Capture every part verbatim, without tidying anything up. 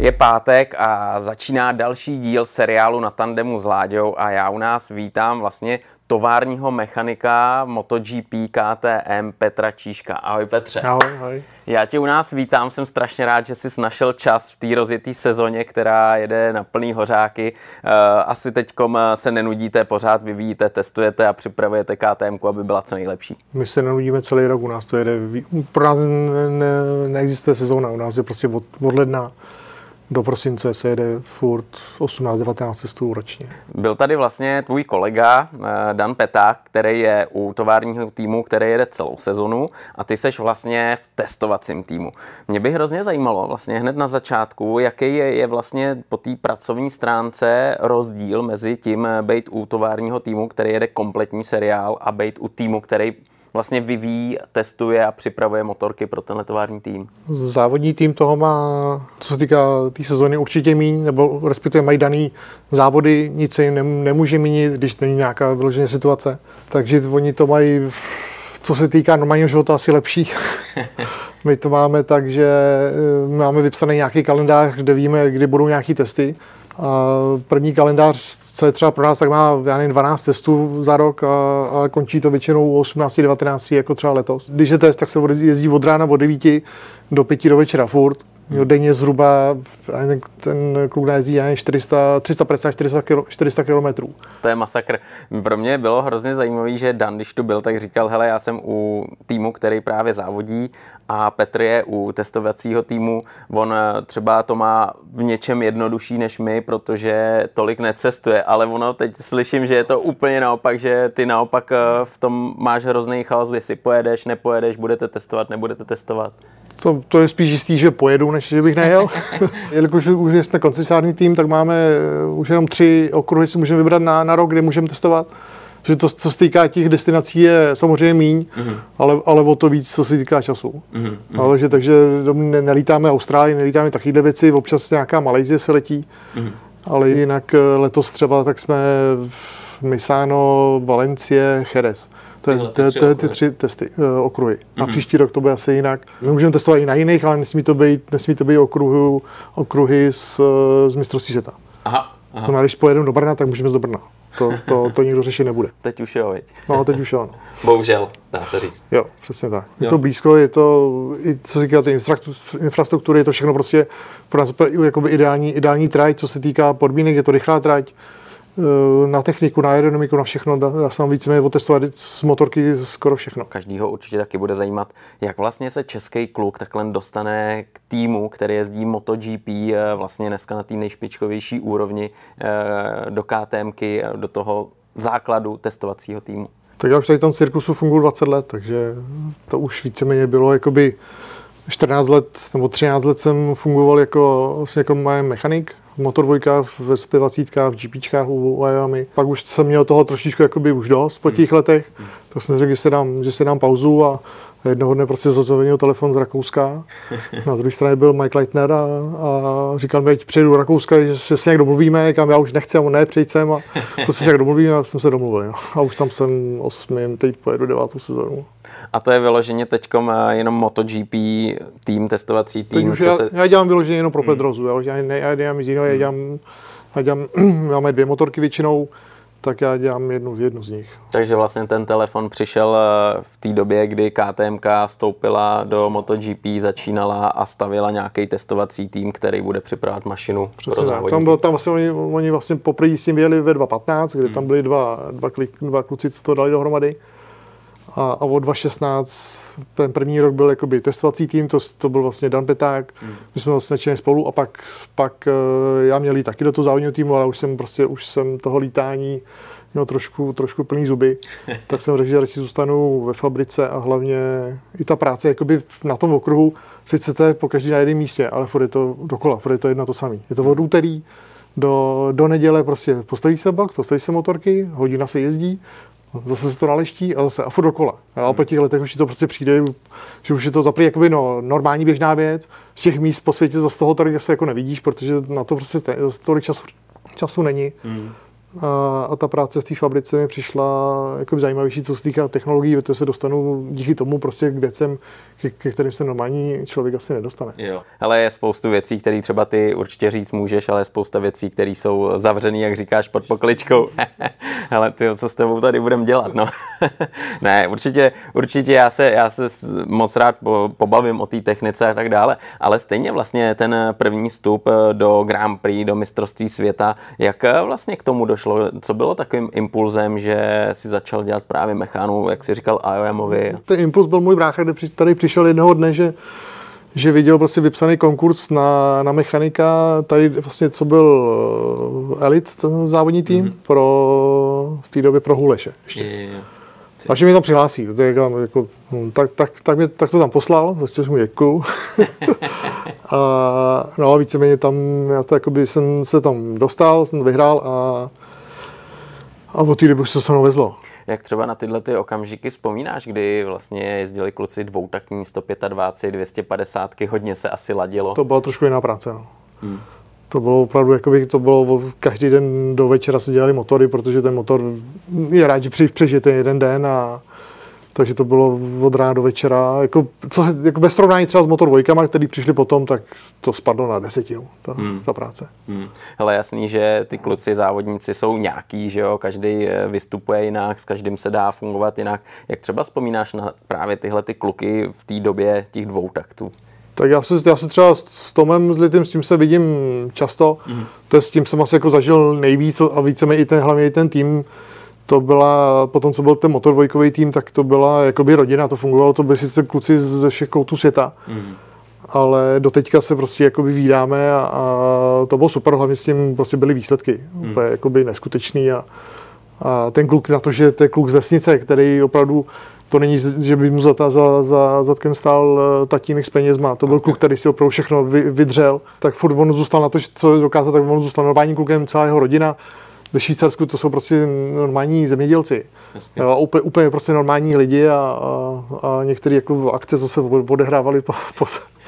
Je pátek a začíná další díl seriálu Na tandemu s Láďou a já u nás vítám vlastně továrního mechanika MotoGP K T M Petra Čížka. Ahoj Petře. Ahoj, ahoj. Já tě u nás vítám, jsem strašně rád, že jsi našel čas v té rozjeté sezóně, která jede na plný hořáky. Asi teďkom se nenudíte, pořád vyvíjíte, testujete a připravujete K T M ku, aby byla co nejlepší. My se nenudíme celý rok, u nás to jede, pro nás ne, ne, neexistuje sezóna, u nás je prostě od, od ledna do prosince se jede furt osmnáct devatenáct testů ročně. Byl tady vlastně tvůj kolega Dan Peták, který je u továrního týmu, který jede celou sezonu a ty seš vlastně v testovacím týmu. Mě by hrozně zajímalo vlastně hned na začátku, jaký je, je vlastně po té pracovní stránce rozdíl mezi tím být u továrního týmu, který jede kompletní seriál, a být u týmu, který vlastně vyvíjí, testuje a připravuje motorky pro tenhle tovární tým. Závodní tým toho má, co se týká té tý sezóny, určitě míň, nebo respektive mají daný závody, nic se jim nemůže měnit, když není nějaká vyloženě situace. Takže oni to mají, co se týká normálního života, asi lepší. My to máme tak, že máme vypsaný nějaký kalendář, kde víme, kdy budou nějaký testy. A první kalendář, co je třeba pro nás, tak má já nevím, dvanáct testů za rok a, a končí to většinou osmnáct devatenáct, jako třeba letos. Když je test, tak se jezdí od rána od devíti do pěti do večera furt. Jo, denně zhruba ten kluk najezdí čtyři sta, tři sta padesát čtyři sta kilometrů. To je masakr. Pro mě bylo hrozně zajímavý, že Dan, když tu byl, tak říkal, hele, já jsem u týmu, který právě závodí, a Petr je u testovacího týmu. On třeba to má v něčem jednodušší než my, protože tolik necestuje, ale ono teď slyším, že je to úplně naopak, že ty naopak v tom máš hrozný chaos, jestli pojedeš, nepojedeš, budete testovat, nebudete testovat. To, to je spíš jistý, že pojedu, než že bych nejel. Jelikož už jsme koncesionární tým, tak máme už jenom tři okruhy, si můžeme vybrat na, na rok, kde můžeme testovat. Že to, co se týká těch destinací, je samozřejmě míň, mm-hmm. ale, ale o to víc, co se týká času. Mm-hmm. Ale, že, takže ne, nelítáme Austrálii, nelítáme takovéhle věci, občas nějaká Malajsie se letí, mm-hmm. ale jinak letos třeba tak jsme v Misano, Valencie, Jerez. To je, to, je, to je ty tři testy, uh, okruhy. Mm-hmm. A příští rok to bude asi jinak. My můžeme testovat i na jiných, ale nesmí to být, nesmí to být okruhy, okruhy z, z mistrovství světa. Aha, aha. No, když pojedeme do Brna, tak můžeme z do Brna. To, to, to nikdo řešit nebude. Teď už jo, veď. No, teď už jo. No. Bohužel, dá se říct. Jo, přesně tak. Je jo. To blízko, je to, i co se týká té infrastruktury, je to všechno prostě pro nás jakoby ideální, ideální trať, co se týká podmínek, je to rychlá trať. Na techniku, na aerodynamiku, na všechno, dá se nám víceméně otestovat z motorky skoro všechno. Každýho určitě taky bude zajímat, jak vlastně se český kluk takhle dostane k týmu, který jezdí MotoGP vlastně dneska na té nejšpičkovější úrovni do KTMky, do toho základu testovacího týmu. Tak já už tady v tom cirkusu funguji dvacet let, takže to už víceméně bylo jakoby čtrnáct let nebo třináct let jsem fungoval jako, vlastně jako mechanik. V Moto dva, ve sto dvacet, v GPčkách u Wyoming. Pak už jsem měl toho trošičku jakoby už dost po těch letech, tak jsem řekl, že se dám, že se dám pauzu a jednoho dne prostě zazvonil telefon z Rakouska. Na druhé straně byl Mike Leitner a, a říkal mi, ať přijedu do Rakouska, že, že se nějak domluvíme, kam já už nechci, a on ne, přejď sem a prostě se nějak domluvíme a jsem se domluvil. Jo. A už tam jsem osmým, teď pojedu devátou sezónu. A to je vyloženě teďkom jenom MotoGP tým, testovací tým? Teď už já, se... já dělám vyloženě jenom pro Pedrozu, hmm. já, ne, já dělám nic jiného, já dělám, já dělám, máme dvě motorky většinou, tak já dělám jednu, jednu z nich. Takže vlastně ten telefon přišel v té době, kdy K T M K vstoupila do MotoGP, začínala a stavěla nějaký testovací tým, který bude připravovat mašinu. Přesně pro závodníky. Tam, byl, tam vlastně oni, oni vlastně poprvé s tím vyjeli ve dva patnáct, kde hmm. tam byli dva, dva, klik, dva kluci, co to dali dohromady. A, a od dva šestnáct ten první rok byl jakoby testovací tým, to, to byl vlastně Dan Peták, hmm. my jsme vlastně začali spolu a pak, pak já měl jít taky do toho závodního týmu, ale už jsem prostě, už jsem toho lítání měl trošku, trošku plný zuby, tak jsem řekl, že radši zůstanu ve fabrice a hlavně i ta práce jakoby na tom okruhu, sice to je po každý na jednom místě, ale furt je to dokola, furt je to jedno to samé. Je to od úterý do, do neděle, prostě postaví se bak, postaví se motorky, hodina se jezdí, zase se to naleští a zase a furt dokola. A po těch letech už to prostě přijde, že už je to zaprý jakoby no, normální běžná věc. Z těch míst po světě zase toho tady se jako nevidíš, protože na to prostě tolik času, času není. Hmm. A, a ta práce v té fabrice mi přišla jako zajímavější, co se týká technologií, protože se dostanu díky tomu prostě k věcem, ke, ke kterým se normální člověk asi nedostane. Jo. Ale je spoustu věcí, které třeba ty určitě říct můžeš, ale je spousta věcí, které jsou zavřený, jak říkáš, pod pokličkou. Ale ty, co s tebou tady budeme dělat, no. Ne, určitě, určitě já se, já se moc rád pobavím o té technice a tak dále, ale stejně vlastně ten první vstup do Grand Prix, do mistrovství světa, jak vlastně k tomu došlo? Co bylo takovým impulzem, že si začal dělat právě mechánu, jak jsi říkal, I O Movi? Ten impuls byl můj brácha, kde tady přišel jednoho dne, že, že viděl prostě vypsaný konkurs na, na mechanika, tady vlastně co byl Elite, ten závodní tým, mm-hmm. pro, v té době pro Huleše. Ještě. Je, je, je. A že mi tam přihlásí, to je, jako, tak, tak, tak, mě, tak to tam poslal, za což mu děkuju. A no a víceméně tam, já to jakoby jsem se tam dostal, jsem to vyhrál a, a od té doby už se to mnou vezlo. Jak třeba na tyhle ty okamžiky vzpomínáš, kdy vlastně jezdili kluci dvoutakní sto dvacet pět, dvě stě padesát, hodně se asi ladilo? To byla trošku jiná práce, no. Hmm. To bylo opravdu, jakoby to bylo, každý den do večera se dělali motory, protože ten motor je rád, že přežije ten jeden den a takže to bylo od rána do večera. Jako, co se, jako ve srovnání třeba s motor dvojkama, který přišli potom, tak to spadlo na desetinu, ta, hmm. ta práce. Hmm. Hele, jasný, že ty kluci závodníci jsou nějaký, že jo, každý vystupuje jinak, s každým se dá fungovat jinak. Jak třeba vzpomínáš na právě tyhle ty kluky v té době těch dvou taktů? Tak já se, já se třeba s Tomem, s Litým, s tím se vidím často. Mm. To je, s tím jsem asi jako zažil nejvíc a víceméně i ten, hlavně i ten tým. To byla, potom co byl ten motor dvojkový tým, tak to byla jakoby rodina, to fungovalo, to byli sice kluci ze všech koutů světa. Mm. Ale doteďka se prostě jakoby vídáme a, a to bylo super, hlavně s tím prostě byly výsledky. Mm. Úplně jakoby neskutečný a, a ten kluk na to, že to je kluk z vesnice, který opravdu to není, že by mu za, za, za zadkem stál tatínek s penězma. To byl okay. kluk, který si opravdu všechno vy, vydřel. Tak furt on zůstal na to, co dokázal, tak on zůstal normálním klukem, celá jeho rodina. Ve Švýcarsku to jsou prostě normální zemědělci. A úplně, úplně prostě normální lidi a, a, a některé jako akce zase odehrávali po, po,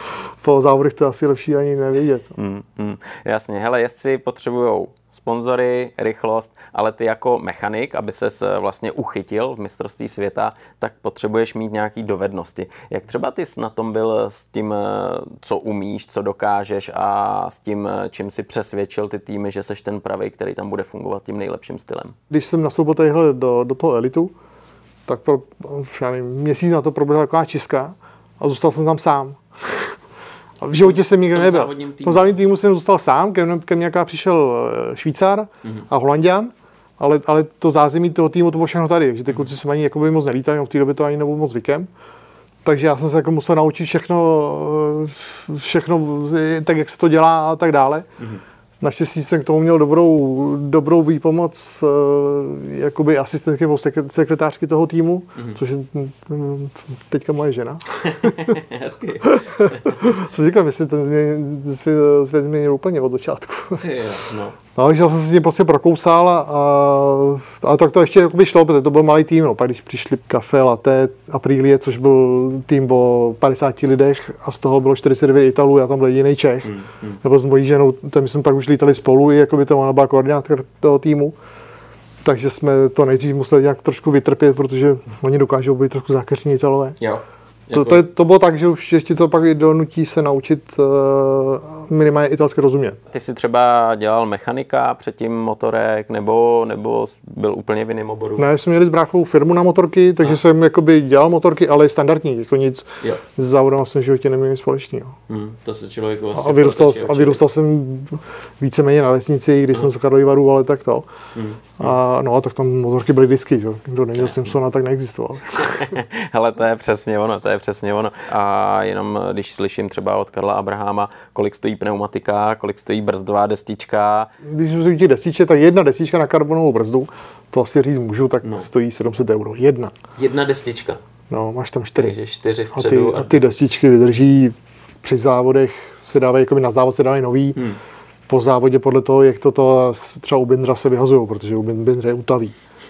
po závodech, to je asi lepší ani nevědět. Mm, mm, jasně, hele, jezdci potřebujou sponzory, rychlost, ale ty jako mechanik, aby ses vlastně uchytil v mistrovství světa, tak potřebuješ mít nějaký dovednosti. Jak třeba ty jsi na tom byl s tím, co umíš, co dokážeš a s tím, čím si přesvědčil ty týmy, že seš ten pravý, který tam bude fungovat tím nejlepším stylem? Když jsem nastoupil tadyhle do, do toho Elitu, tak pro, já nevím, měsíc na to proběhla taková čistka a zůstal jsem tam sám. A v životě jsem nikdy nebyl. V tom závodním týmu jsem zůstal sám, ke, ke mně přišel Švýcar mm-hmm. a Holanďan, ale, ale to zázemí toho týmu to bylo všechno tady, takže ty kluci mm-hmm. se ani jakoby moc nelítali, v té době to ani nebylo moc zvykem. Takže já jsem se jako musel naučit všechno, všechno tak, jak se to dělá a tak dále. Mm-hmm. Naštěstí jsem k tomu měl dobrou, dobrou výpomoc jakoby asistentky nebo sekretářky toho týmu, mm-hmm. což je teďka moje žena. Hezky. Co říkám, jestli ten svět změnil úplně od začátku. no. No, takže já jsem se s tím prostě prokousal a, a tak to ještě jakoby šlo, protože to byl malý tým. No. Pak když přišli Café Latte Aprilie, což byl tým o padesáti lidech a z toho bylo čtyřicet devět Italů, já tam byl jediný Čech. Mm, mm. Já byl s mojí ženou, tam jsme pak už lítali spolu, i jakoby to ona byla koordinátor toho týmu. Takže jsme to nejdřív museli nějak trošku vytrpět, protože oni dokážou být trošku zákeřní Italové. Jo. To, to, je, to bylo tak, že už ještě to pak donutí se naučit uh, minimálně italsky rozumět. Ty jsi třeba dělal mechanika předtím motorek, nebo, nebo byl úplně v jiném oboru? Ne, jsme měli s bráchou firmu na motorky, takže a. jsem jakoby dělal motorky, ale standardní, jako nic jo. s závodem jsem v životě neměl nic společného. Hmm, to se člověku asi a vyrůstal, a vyrůstal jsem víceméně na vesnici, když hmm. jsem z Karlových Varů, ale tak to. Hmm. A no, tak tam motorky byly disky, že? Kdo neměl Simpsona, tak neexistoval. Hele, to je přesně ono, to je přesně ono. A jenom když slyším třeba od Karla Abraháma, kolik stojí pneumatika, kolik stojí brzdová destička. Když jsou ti destičky, tak jedna destička na karbonovou brzdu, to asi říct můžu, tak no. stojí sedm set euro. Jedna. Jedna destička. No, máš tam čtyři. Takže čtyři vpředu. A ty, a ty destičky vydrží při závodech, se dávají, jako by na závod se dávají nový. Hmm. Po závodě podle toho, jak to, to třeba u Bindra se vyhazují, protože u Bindra je utavý.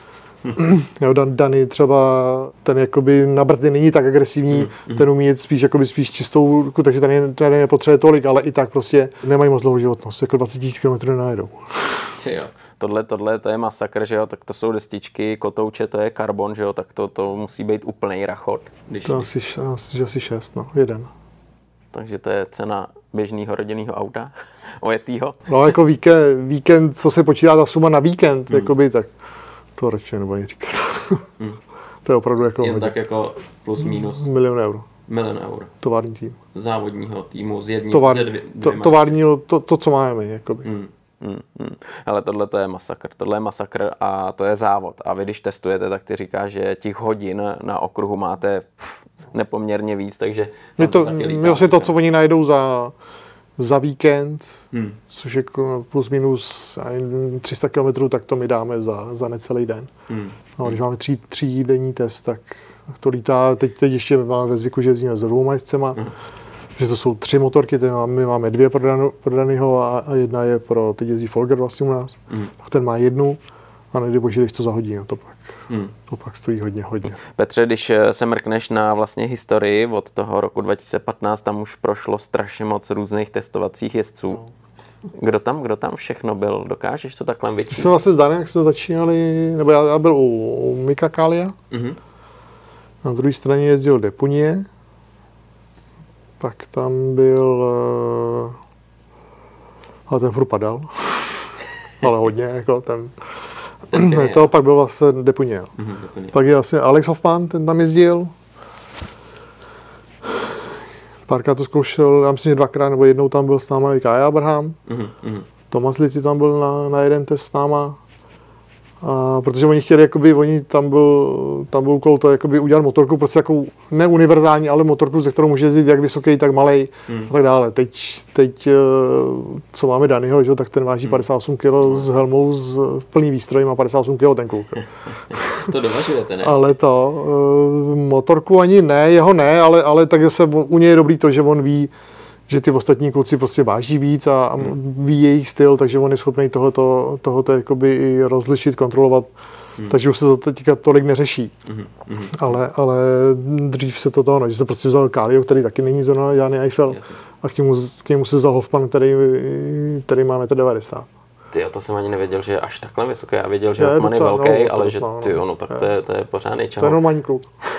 Jo, Dan, Dany třeba, ten jakoby na brzdy není tak agresivní, mm. ten umí jet spíš, jakoby spíš čistou ruku, takže ten, ten nepotřebuje tolik, ale i tak prostě nemají moc dlouhou životnost, jako dvacet tisíc kilometrů nenajedou. Jo. Tohle, tohle to je masakr, že jo, tak to jsou destičky, kotouče, to je karbon, že jo, tak to, to musí být úplný rachot. Když, to asi, asi, asi šest, no, jeden. Takže to je cena běžného rodinného auta, ojetýho. No jako víkend, víkend, co se počítá ta suma na víkend, mm. jakoby, tak to radši nebo ani říkat. Mm. To je opravdu jako jen hodně. Tak jako plus minus. Milion euro. Milion euro. Tovární tým. Závodního týmu z jedním, Továr, ze dvě, to, továrního, to, to, co máme, jakoby. Mm. Hmm, hmm. Ale tohle to je masakr, tohle je masakr a to je závod. A vy, když testujete, tak ty říkáš, že těch hodin na okruhu máte pff, nepoměrně víc, takže... My, to, my vlastně to, co oni najdou za, za víkend, hmm. což je plus minus tři sta kilometrů, tak to my dáme za, za necelý den. Hmm. No, když máme tří, tří denní test, tak to lítá. Teď, teď ještě máme ve zvyku, že jezdíme s dvouma jezdcema. Hmm. Že to jsou tři motorky, my máme dvě pro Danyho a, a jedna je pro, teď jezdí Folger vlastně u nás, mm. tak ten má jednu a nejde bože, když to zahodí, no to pak, mm. to pak stojí hodně, hodně. Petře, když se mrkneš na vlastně historii od toho roku dva tisíce patnáct, tam už prošlo strašně moc různých testovacích jezdců. No. Kdo tam, kdo tam všechno byl? Dokážeš to takhle vyčíst? My jsme vlastně s Danem, jak jsme začínali, nebo já, já byl u, u Mika Kália, mm-hmm. na druhé straně jezdil Depunie. Pak tam byl, ale ten furt padal, ale hodně, jako ten, ten to pak byl vlastně Depuně. Mm-hmm, pak je vlastně Alex Hoffman, ten tam jezdil. Párkrát to zkoušel, já myslím, že dvakrát nebo jednou tam byl s náma i Kaya Abraham. Mm-hmm. Thomas Litty tam byl na, na jeden test s náma. A protože oni chtěli, jakoby, oni tam byl, tam byl úkol to jakoby udělat motorku, prostě jako ne univerzální, ale motorku, ze kterou může jezdit jak vysoký, tak malej hmm. a tak dále. Teď, teď co máme Danyho, že, tak ten váží hmm. padesát osm kilo s helmou, s plný výstroj, má padesát osm kilo ten kluk. To dovažujete, ne? Ale to, motorku ani ne, jeho ne, ale, ale tak zase u něj je dobrý to, že on ví, že ty ostatní kluci prostě váží víc a, a ví jejich styl, takže on je schopný tohleto, tohleto jakoby i rozlišit, kontrolovat. Hmm. Takže už se to teďka tolik neřeší. Hmm. Hmm. Ale, ale dřív se to toho, no, že se prostě vzal Kálio, který taky není zrovna žádný Eiffel. Jasně. A k němu, k němu se vzal Hoffman, který, který má metr devadesát. Ty, to jsem ani nevěděl, že je až takhle vysoké. Já věděl, že je, Hoffman je velký, no, ale že ty, no, tak je. To, je, to je pořádný čas. To je normální kluk.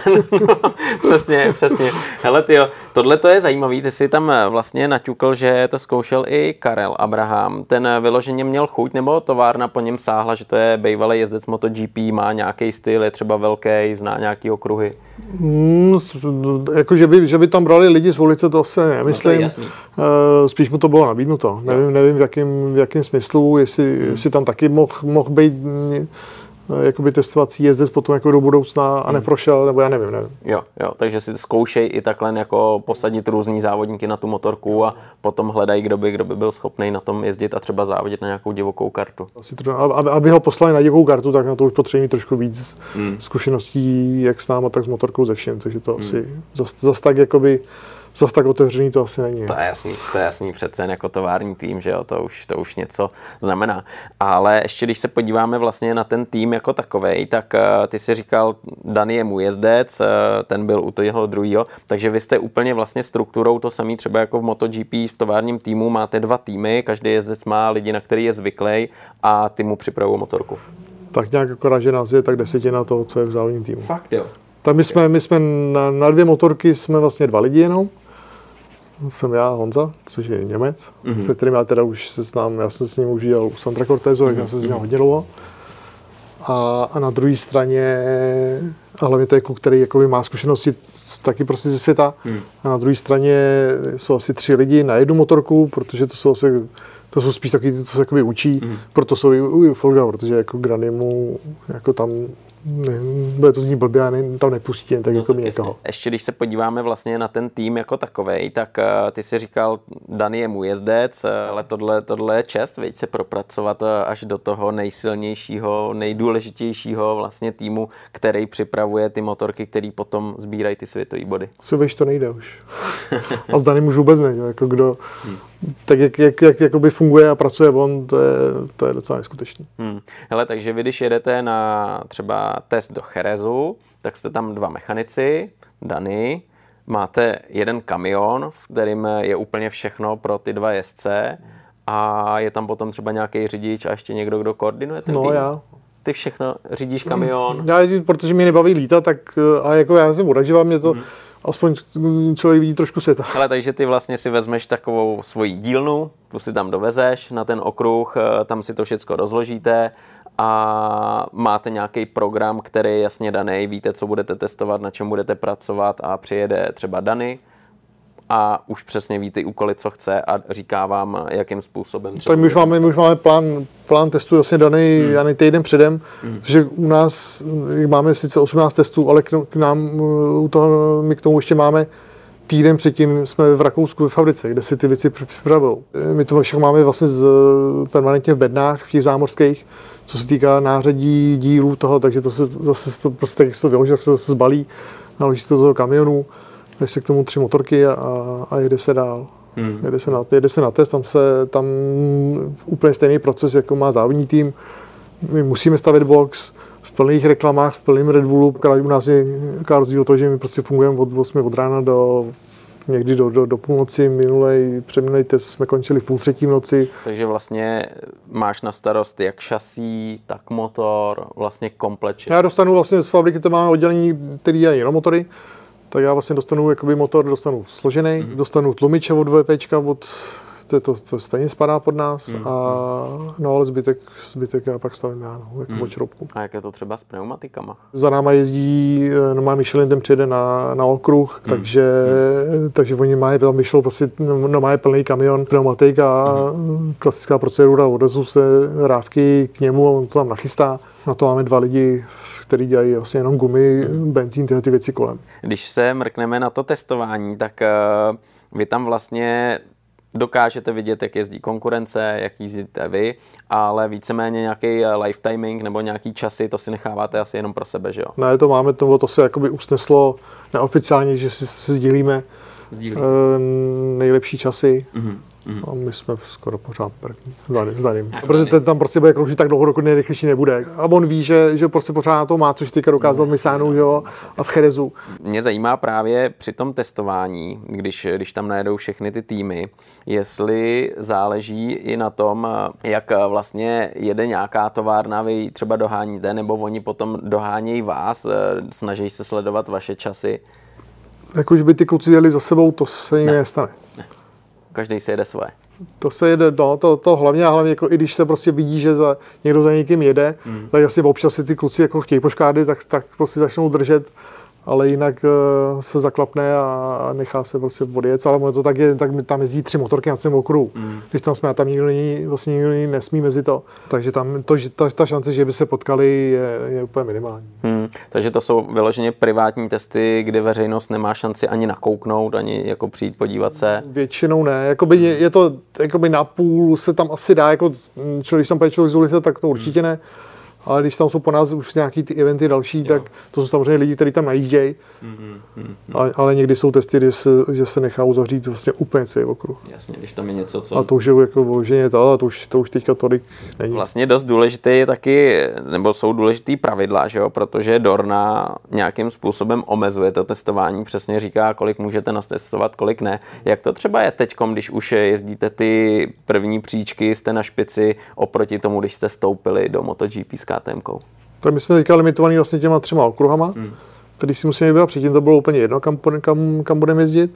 Přesně, přesně. Hele, tyjo, tohle to je zajímavý. Ty jsi tam vlastně naťukl, že to zkoušel i Karel Abraham. Ten vyloženě měl chuť, nebo továrna po něm sáhla, že to je bývalý jezdec MotoGP, má nějaký styl, je třeba velký, zná nějaký okruhy? Hmm, jako, že by, že by tam brali lidi z ulice, to se nemyslím. No, uh, spíš mu to bylo nabídnuto. No. Nevím, nevím v jakém, v jakém smyslu, jestli, hmm. jestli tam taky mohl moh být jakoby testovací jezdec potom jako do budoucna a neprošel, nebo já nevím, nevím. Jo, jo, takže si zkoušej i takhle jako posadit různý závodníky na tu motorku a potom hledají, kdo by, kdo by byl schopný na tom jezdit a třeba závodit na nějakou divokou kartu. Aby, aby ho poslali na divokou kartu, tak na to už potřebují trošku víc hmm. zkušeností, jak s náma, tak s motorkou ze všem, takže to hmm. asi zas, zas tak jakoby Zas tak otevřený to asi není. To je jasný, to je jasný přece jen jako tovární tým, že jo, to už, to už něco znamená. Ale ještě když se podíváme vlastně na ten tým jako takovej, tak uh, ty si říkal, Dany je můj jezdec, uh, ten byl u toho druhého, takže vy jste úplně vlastně strukturou to samý, třeba jako v MotoGP v továrním týmu máte dva týmy, každý jezdec má lidi, na který je zvyklý a ty mu připravují motorku. Tak nějak akorát, že nás je tak desetina toho, co je v závodním týmu. Fakt jo. Tak my jsme, my jsme na, na dvě motorky jsme vlastně dva lidi jenom. Jsem já, Honza, což je Němec, mm-hmm. se kterým já teda už se znám, já jsem s ním už jel u Sandra Cortézo, mm-hmm. já jsem s ním hodně dlouho. A, a na druhé straně, a hlavně to je kluk, který jakoby má zkušenosti taky prostě ze světa. Mm. A na druhé straně jsou asi tři lidi na jednu motorku, protože to jsou asi, to jsou spíš taky, co se jakoby učí, mm. proto jsou i u Folga, protože jako Granimu jako tam ne, bude to zní blbě a ne, tam nepustí jen tak no, jako mě toho. Ještě když se podíváme vlastně na ten tým jako takovej, tak uh, ty si říkal, Dany je můj jezdec, uh, ale tohle, tohle je čest, veď se propracovat uh, až do toho nejsilnějšího, nejdůležitějšího vlastně týmu, který připravuje ty motorky, který potom sbírají ty světové body. Co víš, to nejde už. A s Danym už vůbec nejde, jako kdo, hmm. tak jak, jak, jak jakoby funguje a pracuje on, to je, to je docela neskutečný. Hmm. Hele, takže vy když jedete na třeba test do Cherezu, tak jste tam dva mechanici, Dany, máte jeden kamion, v kterým je úplně všechno pro ty dva jezdce a je tam potom třeba nějaký řidič a ještě někdo, kdo koordinuje ten No tým. já. Ty všechno řídíš kamion. Já jezdím, protože mě nebaví lítat, tak a jako já jsem uraživá, mě to, hmm. aspoň člověk vidí trošku světa. Ale takže ty vlastně si vezmeš takovou svoji dílnu, tu si tam dovezeš na ten okruh, tam si to všechno rozložíte a máte nějaký program, který je jasně daný, víte, co budete testovat, na čem budete pracovat a přijede třeba Dany a už přesně ví ty úkoly, co chce a říká vám, jakým způsobem. Tak my už máme, my už máme plán, plán testů jasně daný, hmm. daný týden předem, hmm. že u nás máme sice osmnáct testů, ale k, k nám u toho, my k tomu ještě máme týden předtím jsme v Rakousku ve fabrice, kde si ty věci připravují. My to všechno máme vlastně z, permanentně v bednách, v těch zámořských, co se týká nářadí, dílů toho, takže to se zase to, prostě tak, jak se to vyloží, tak se to zbalí, naloží se to do toho kamionu, dají se k tomu tři motorky a, a jede se dál. Hmm. Jede, se na, jede se na test, tam se tam úplně stejný proces, jako má závodní tým. My musíme stavět box v plných reklamách, v plném Red Bullu, který u nás je rozdíl to, že my prostě fungujeme od osmi od rána do někdy do, do, do půlnoci. Minulej, předminulej test jsme končili v půl třetí v noci. Takže vlastně máš na starost jak šasí, tak motor, vlastně komplet. Já dostanu vlastně z fabriky, to máme oddělení, který dělají jenom motory. Tak já vlastně dostanu jakoby motor, dostanu složený, mm-hmm. dostanu tlumiče od VPčka, od, to, to, to stejně spadá pod nás, mm-hmm. a, no ale zbytek, zbytek já pak stavím já, no, jako mm-hmm. od šroubku. A jak je to třeba s pneumatikama? Za náma jezdí, normálně Michelin, ten přijede na, na okruh, mm-hmm. takže, mm-hmm. takže oni mají, tam vyšlo prostě, no, mají plný kamion pneumatik a mm-hmm. klasická procedura, odezou se rávky k němu a on to tam nachystá. Na to máme dva lidi, který dělají vlastně jenom gumy, benzín, tyhle ty věci kolem. Když se mrkneme na to testování, tak uh, vy tam vlastně dokážete vidět, jak jezdí konkurence, jak jezdíte vy, ale víceméně nějaký lifetiming nebo nějaký časy, to si necháváte asi jenom pro sebe, že jo? Ne, to máme, to, to se jakoby usneslo neoficiálně, že si, si sdílíme uh, nejlepší časy. Mm-hmm. A my jsme skoro pořád první, s Danem. Protože ten tam prostě bude kroužit tak dlouho, dokud nejrychlejší nebude. A on ví, že, že prostě pořád to má, což teďka dokázal v Misánu, jo, a v Cherezu. Mě zajímá právě při tom testování, když, když tam najedou všechny ty týmy, jestli záleží i na tom, jak vlastně jede nějaká továrna, vy třeba doháníte, nebo oni potom dohánějí vás, snaží se sledovat vaše časy. Jako už by ty kluci jeli za sebou, to se jim ne. nestane. Každý si jede své. To se jede, no, to, to hlavně a hlavně, jako i když se prostě vidí, že za, někdo za někým jede, mm. tak asi občas si ty kluci jako chtějí poškádit, tak, tak prostě začnou držet, ale jinak uh, se zaklapne a, a nechá se prostě odjet, ale to tak je, tak tam jezdí tři motorky na celém okruhu. Mm. Když tam jsme, a tam nikdo není, vlastně nikdo není, nesmí mezi to, takže tam to, že ta, ta šance, že by se potkali, je, je úplně minimální. Hmm, takže to jsou vyloženě privátní testy, kde veřejnost nemá šanci ani nakouknout, ani jako přijít podívat se? Většinou ne, jakoby je, je to jakoby napůl se tam asi dá, jako člověk, když tam půjde člověk z ulice, tak to určitě ne. Ale když tam jsou po nás už nějaký ty eventy další, jo. tak to jsou samozřejmě lidi, kteří tam najíždějí. Mm, mm, mm. Ale, ale někdy jsou testy, že se, že se nechá uzavřít vlastně úplně celý okruh. Jasně, když tam je něco, co... A to už je jako vloženě to, ale to už, to už teďka tolik není. Vlastně dost důležité je taky, nebo jsou důležitý pravidla, že jo? Protože Dorna nějakým způsobem omezuje to testování, přesně říká, kolik můžete natestovat, kolik ne. Jak to třeba je teďkom, když už jezdíte ty první příčky, jste na špici, oproti tomu, když jste stoupili do MotoGP s ká té emkou? Tak my jsme teďka limitovaný vlastně těma třema okruhama, hmm. který si musíme vybrat, předtím to bylo úplně jedno, kam, kam, kam budeme jezdit.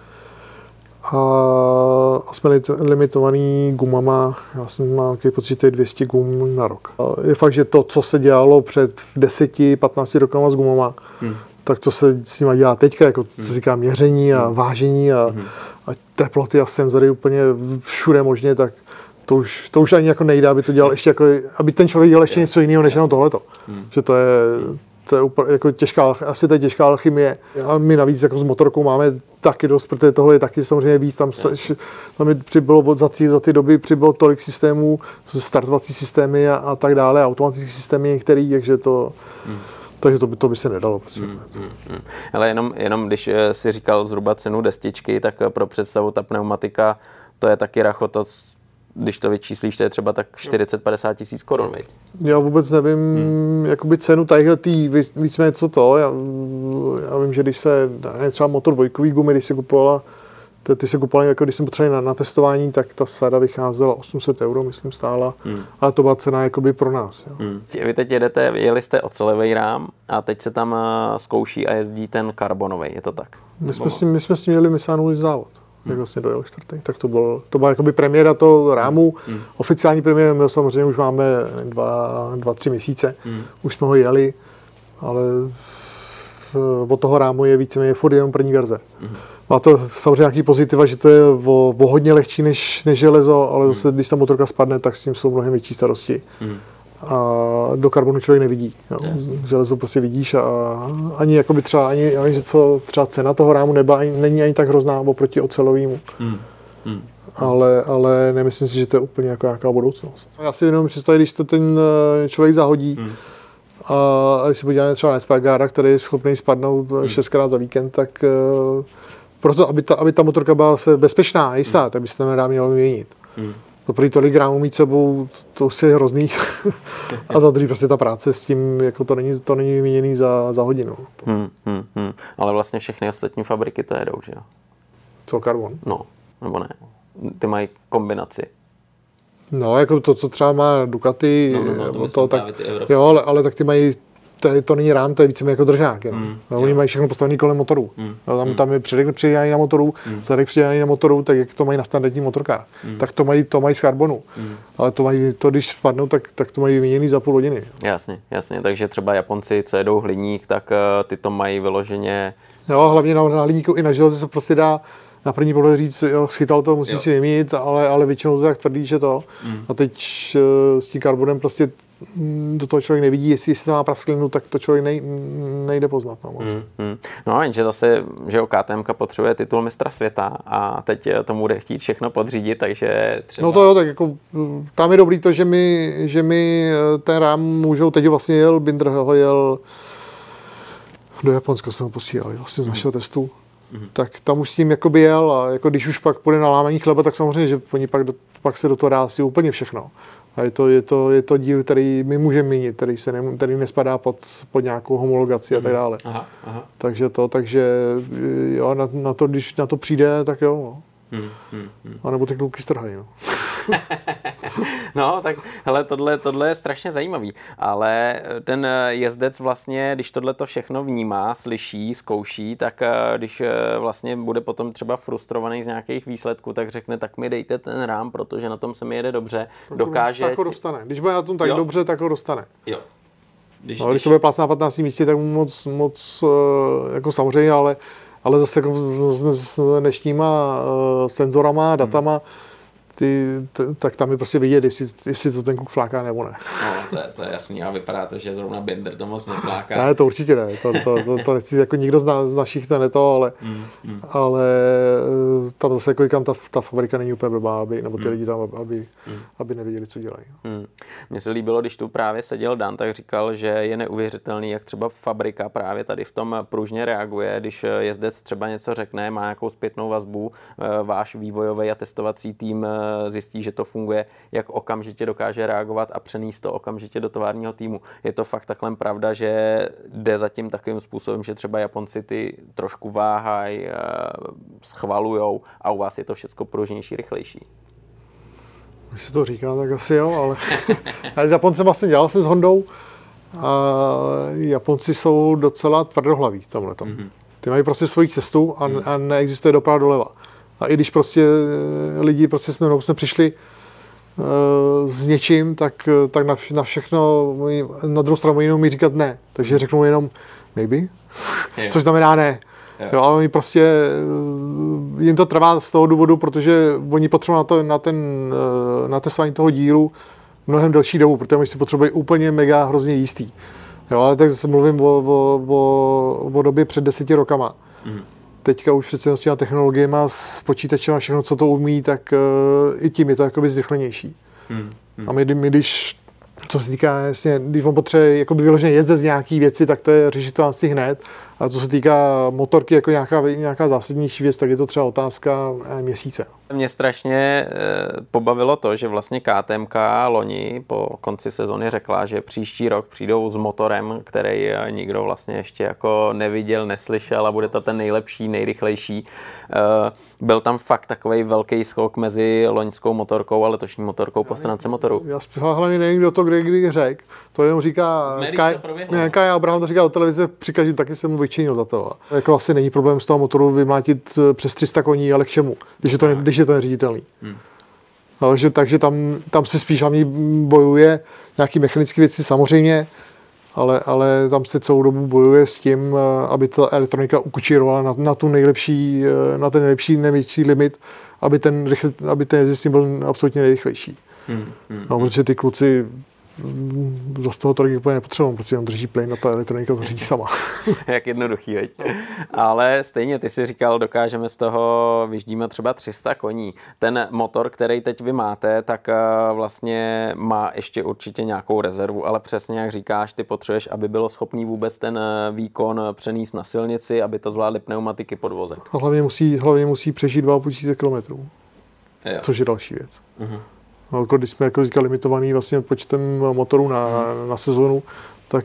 A, a jsme limitovaný gumama, já jsem mám takový pocit, že to je dvě stě gum na rok. A je fakt, že to, co se dělalo před deseti patnácti rokama s gumama, hmm. tak co se s nimi dělá teďka, jako co se říká měření a vážení a, hmm. a teploty a senzory úplně všude možně, tak To už, to už ani jako nejde, aby to dělal ještě jako, aby ten člověk dělal ještě něco jiného než jenom tohleto. Hmm. Že to je, to je úplně jako těžká, asi to je těžká alchymie. A my navíc jako s motorkou máme taky dost, protože toho je taky samozřejmě víc. Tam, tam mi přibylo za ty, za ty doby přibylo tolik systémů, startovací systémy a, a tak dále, automatické systémy některý, takže to... Hmm. Takže to by, to by se nedalo. Hmm, hmm, hmm. Ale jenom, jenom když si říkal zhruba cenu destičky, tak pro představu ta pneumatika, to je taky rachota když to vyčíslíš, to je třeba tak čtyřicet padesát tisíc korun, viď? Já vůbec nevím, hmm. jakoby cenu tadyhletý, víceméně co to, já, já vím, že když se, ne, třeba motor dvojkový gumy, když se kupovala, ty, ty se kupovaly, jako když jsem potřeboval na, na testování, tak ta sada vycházela osm set euro, myslím, stála, hmm. ale to byla cena jakoby pro nás. Jo. Hmm. Vy teď jedete, jeli jste ocelový rám a teď se tam zkouší a jezdí ten karbonový, je to tak? My jsme, s tím, my jsme s tím měli Missanův závod. Jak vlastně dojel čtvrtý, tak to bylo, to byla jakoby premiéra toho rámu. Mm. Oficiální premiéra, my samozřejmě už máme dva, dva, tři měsíce, mm. už jsme ho jeli, ale v, od toho rámu je víceméně furt jenom první verze. Mm. Má to samozřejmě nějaký pozitiva, že to je o, o hodně lehčí než, než železo, ale zase, mm. když ta motorka spadne, tak s tím jsou mnohem větší starosti. Mm. A do karbonu člověk nevidí. Jo. Železo prostě vidíš a ani jakoby třeba, ani, ani že co, třeba cena toho rámu neba ani, není ani tak hrozná oproti ocelovému. Hmm. Hmm. Ale, ale nemyslím si, že to je úplně jako nějaká budoucnost. Já si jenom představit, když to ten člověk zahodí hmm. a když se podíváme třeba na Espargara, který je schopný spadnout hmm. šestkrát za víkend, tak uh, proto, aby ta, aby ta motorka byla se bezpečná, jistá, hmm. tak by se to nedá mělo měnit. Hmm. To prý tolik gramů mít sebou, to si je hrozný. A za druhý prostě ta práce s tím, jako to není, to není vyměněný za, za hodinu. Hmm, hmm, hmm. Ale vlastně všechny ostatní fabriky to jedou, že jo? Co, karbon? No, nebo ne? Ty mají kombinaci. No, jako to, co třeba má Ducati, no, no, no, to to, tak, jo, ale, ale tak ty mají, to, je, to není rám, to je víceméně jako držák. Mm, no, oni mají všechno postavené kolem motorů. Mm, no, tam, mm. tam je předek přidělaný na motoru, mm. zadek přidělaný na motoru, tak jak to mají na standardních motorkách. Mm. Tak to mají, to mají z karbonu. Mm. Ale to mají, to když spadnou, tak, tak to mají vyměněný za půl hodiny. Jasně, jasně. Takže třeba Japonci, co jedou hliník, tak uh, ty to mají vyloženě. Jo, hlavně na, na hliníku i na železe se prostě dá na první pohled říct, jo, schytal to, musí jo. si vymít, ale, ale většinou to tak tvrdý, že to. Mm. A teď s tím karbonem prostě do toho člověk nevidí, jestli, jestli to má prasklinu, tak to člověk nej, nejde poznat. No, mm, mm. no a jenže zase, že K T M potřebuje titul mistra světa a teď tomu bude chtít všechno podřídit, takže třeba... No to jo, tak jako tam je dobrý to, že mi, že mi ten rám můžou, teď vlastně jel, Binder ho jel do Japonska, jsme ho posílali vlastně z našeho mm. testu. Mm. Tak tam už s tím jakoby jel a jako když už pak půjde na lámaní chleba, tak samozřejmě, že oni pak, do, pak se do toho dá si úplně všechno. A je to, je to, je to díl, který my můžeme měnit, který, se ne, který nespadá pod, pod nějakou homologaci mm. a tak dále. Aha, aha. Takže to, takže jo, na, na to, když na to přijde, tak jo. No. Hmm, hmm, hmm. A nebo ty kluky strhají, no. No, tak hele, tohle, tohle je strašně zajímavý, ale ten jezdec vlastně, když tohle to všechno vnímá, slyší, zkouší, tak když vlastně bude potom třeba frustrovaný z nějakých výsledků, tak řekne, tak mi dejte ten rám, protože na tom se mi jede dobře, dokáže... Tak ho dostane. Když bude na tom tak jo. dobře, tak ho dostane. Jo. Když, no, když, když se bude plácat na patnáctém místě, tak moc, moc jako samozřejmě, ale ale zase jako s, s dnešníma uh, senzorama, datama, hmm. ty, t, tak tam je prostě vidět, jestli, jestli to ten kluk fláká nebo ne. No, to je, to je jasný, a vypadá to, že zrovna Binder to moc nefláká. Ne, to určitě ne, to, to, to, to nechci jako nikdo z, na, z našich to ne to, ale, hmm. Hmm. ale tam zase jako říkám, ta, ta fabrika není úplně blbá, aby, nebo ty hmm. lidi tam, aby, hmm. aby nevěděli, co dělají. Hmm. Mně se líbilo, když tu právě seděl Dan, tak říkal, že je neuvěřitelný, jak třeba fabrika právě tady v tom pružně reaguje, když jezdec třeba něco řekne, má nějakou zpětnou vazbu, váš vývojový a testovací tým zjistí, že to funguje, jak okamžitě dokáže reagovat a přenést to okamžitě do továrního týmu. Je to fakt takhle pravda, že jde zatím takovým způsobem, že třeba Japonci ty trošku váhají, schvalujou a u vás je to všecko pružnější, rychlejší. Když se to říká, tak asi jo, ale já s Japoncem vlastně dělal se s Hondou a Japonci jsou docela tvrdohlaví v tomhletom. Mm-hmm. Ty mají prostě svoji cestu a, mm. a neexistuje doprava doleva. A i když prostě lidi prostě jsme, jsme přišli uh, s něčím, tak, tak na, na všechno, na druhou stranu jenom mi říkat ne. Takže řeknou jenom maybe, což znamená ne. Jo, ale oni prostě, jim to trvá z toho důvodu, protože oni potřebují na, to, na, ten, na testování toho dílu mnohem delší dobu, protože oni si potřebují úplně mega hrozně jistý. Jo, ale tak zase mluvím o, o, o, o době před deseti rokama. Mm. Teďka už přece s těma technologiemi, s počítačem a všechno, co to umí, tak uh, i tím je to jakoby zrychlenější. Mm. Mm. A my, my když, co se týká, jasně, když on potřebuje jakoby vyloženě jezdit z nějaký věci, tak to je řešitelnosti hned. A co se týká motorky jako nějaká, nějaká zásadnější věc, tak je to třeba otázka měsíce. Mě strašně e, pobavilo to, že vlastně K T M loni po konci sezony řekla, že příští rok přijdou s motorem, který nikdo vlastně ještě jako neviděl, neslyšel a bude to ten nejlepší, nejrychlejší. E, byl tam fakt takovej velký skok mezi loňskou motorkou a letošní motorkou po stránce motoru. Já hlavně nevím, kdo to kdy, kdy řekl. To jenom říká Kaj Abraham, to říká do televize, při každém taky jsem mu vyčinil za to. Jako asi není problém z toho motoru vymlátit přes tři sta koní, ale k čemu, když je to, když je to neřiditelný. Hmm. Takže, takže tam, tam se spíš hlavně bojuje nějaký mechanické věci samozřejmě, ale, ale tam se celou dobu bojuje s tím, aby ta elektronika ukučírovala na, na tu nejlepší, na ten nejlepší, největší limit, aby ten, rychl, aby ten jezdec byl absolutně nejrychlejší. Hmm. Hmm. No, protože ty kluci zase toho tolik úplně nepotřebují, protože on drží plyn a ta elektronika to řídí sama. Jak jednoduchý, veď. Ale stejně, ty si říkal, dokážeme z toho vyždímat třeba tři sta koní. Ten motor, který teď vy máte, tak vlastně má ještě určitě nějakou rezervu, ale přesně jak říkáš, ty potřebuješ, aby bylo schopný vůbec ten výkon přenést na silnici, aby to zvládly pneumatiky podvozek. A hlavně musí, hlavně musí přežít dva a půl tisíce kilometrů, což je další věc. Uh-huh. No, když jsme jako říkali limitovaný vlastně počtem motorů na, hmm. na sezonu, tak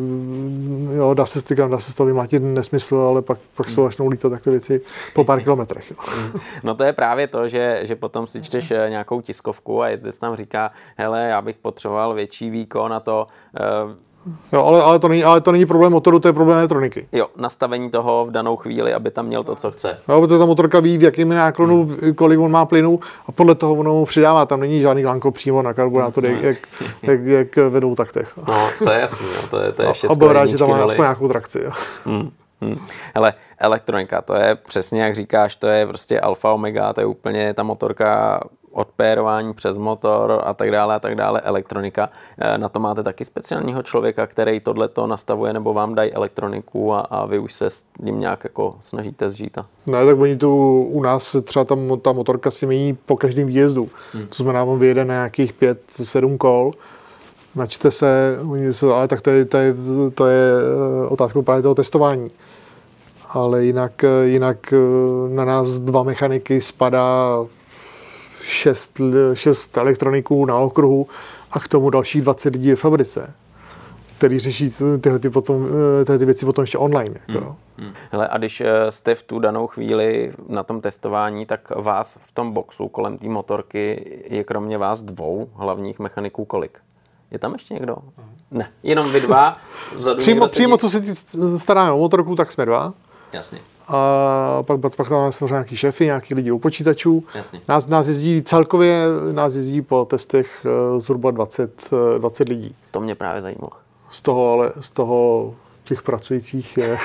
jo, dá se stykám, dá se z toho vymlátit nesmysl, ale pak, pak se začnou lítat takové věci po pár kilometrech. Jo. No to je právě to, že, že potom si čteš nějakou tiskovku a jezdec tam říká, hele, já bych potřeboval větší výkon a to... Uh, Jo, ale, ale, to není, ale to není problém motoru, to je problém elektroniky. Jo, nastavení toho v danou chvíli, aby tam měl to, co chce. Jo, protože ta motorka ví, v jakém náklonu, hmm. kolik on má plynu a podle toho ono přidává. Tam není žádný lánko přímo na karburátor, hmm. jak, jak, jak vedou taktech. No, to je jasný, jo, to je, to je všecko. A byl rád, že tam má aspoň nějakou trakci. Jo. Hmm. Hmm. Hele, elektronika, to je přesně jak říkáš, to je prostě alfa omega, to je úplně ta motorka od pérování přes motor a tak dále a tak dále, elektronika. Na to máte taky speciálního člověka, který tohleto nastavuje, nebo vám dají elektroniku a, a vy už se s ním nějak jako snažíte zžít? Ne, tak oni tu u nás třeba ta, ta motorka si mění po každém výjezdu. Hmm. To znamená, on vyjede na nějakých pět, sedm kol, načte se, ale tak to je, to je, to je otázkou právě toho testování. Ale jinak, jinak na nás dva mechaniky spadá šest, šest elektroniků na okruhu a k tomu dalších dvacet lidí v fabrice, který řeší tyhle, ty potom, tyhle ty věci potom ještě online. Jako. Hmm. Hmm. Hele, a když jste v tu danou chvíli na tom testování, tak vás v tom boxu kolem té motorky je kromě vás dvou hlavních mechaniků kolik? Je tam ještě někdo? Ne, jenom vy dva. Vzadu přímo, přímo co se staráme o motorku, tak jsme dva. Jasně. A pak, pak, pak tam máme samozřejmě nějaký šéfy, nějaký lidi u počítačů. Nás, nás jezdí celkově, nás jezdí po testech zhruba dvacet, dvacet lidí. To mě právě zajímalo. Z toho, ale z toho těch pracujících je,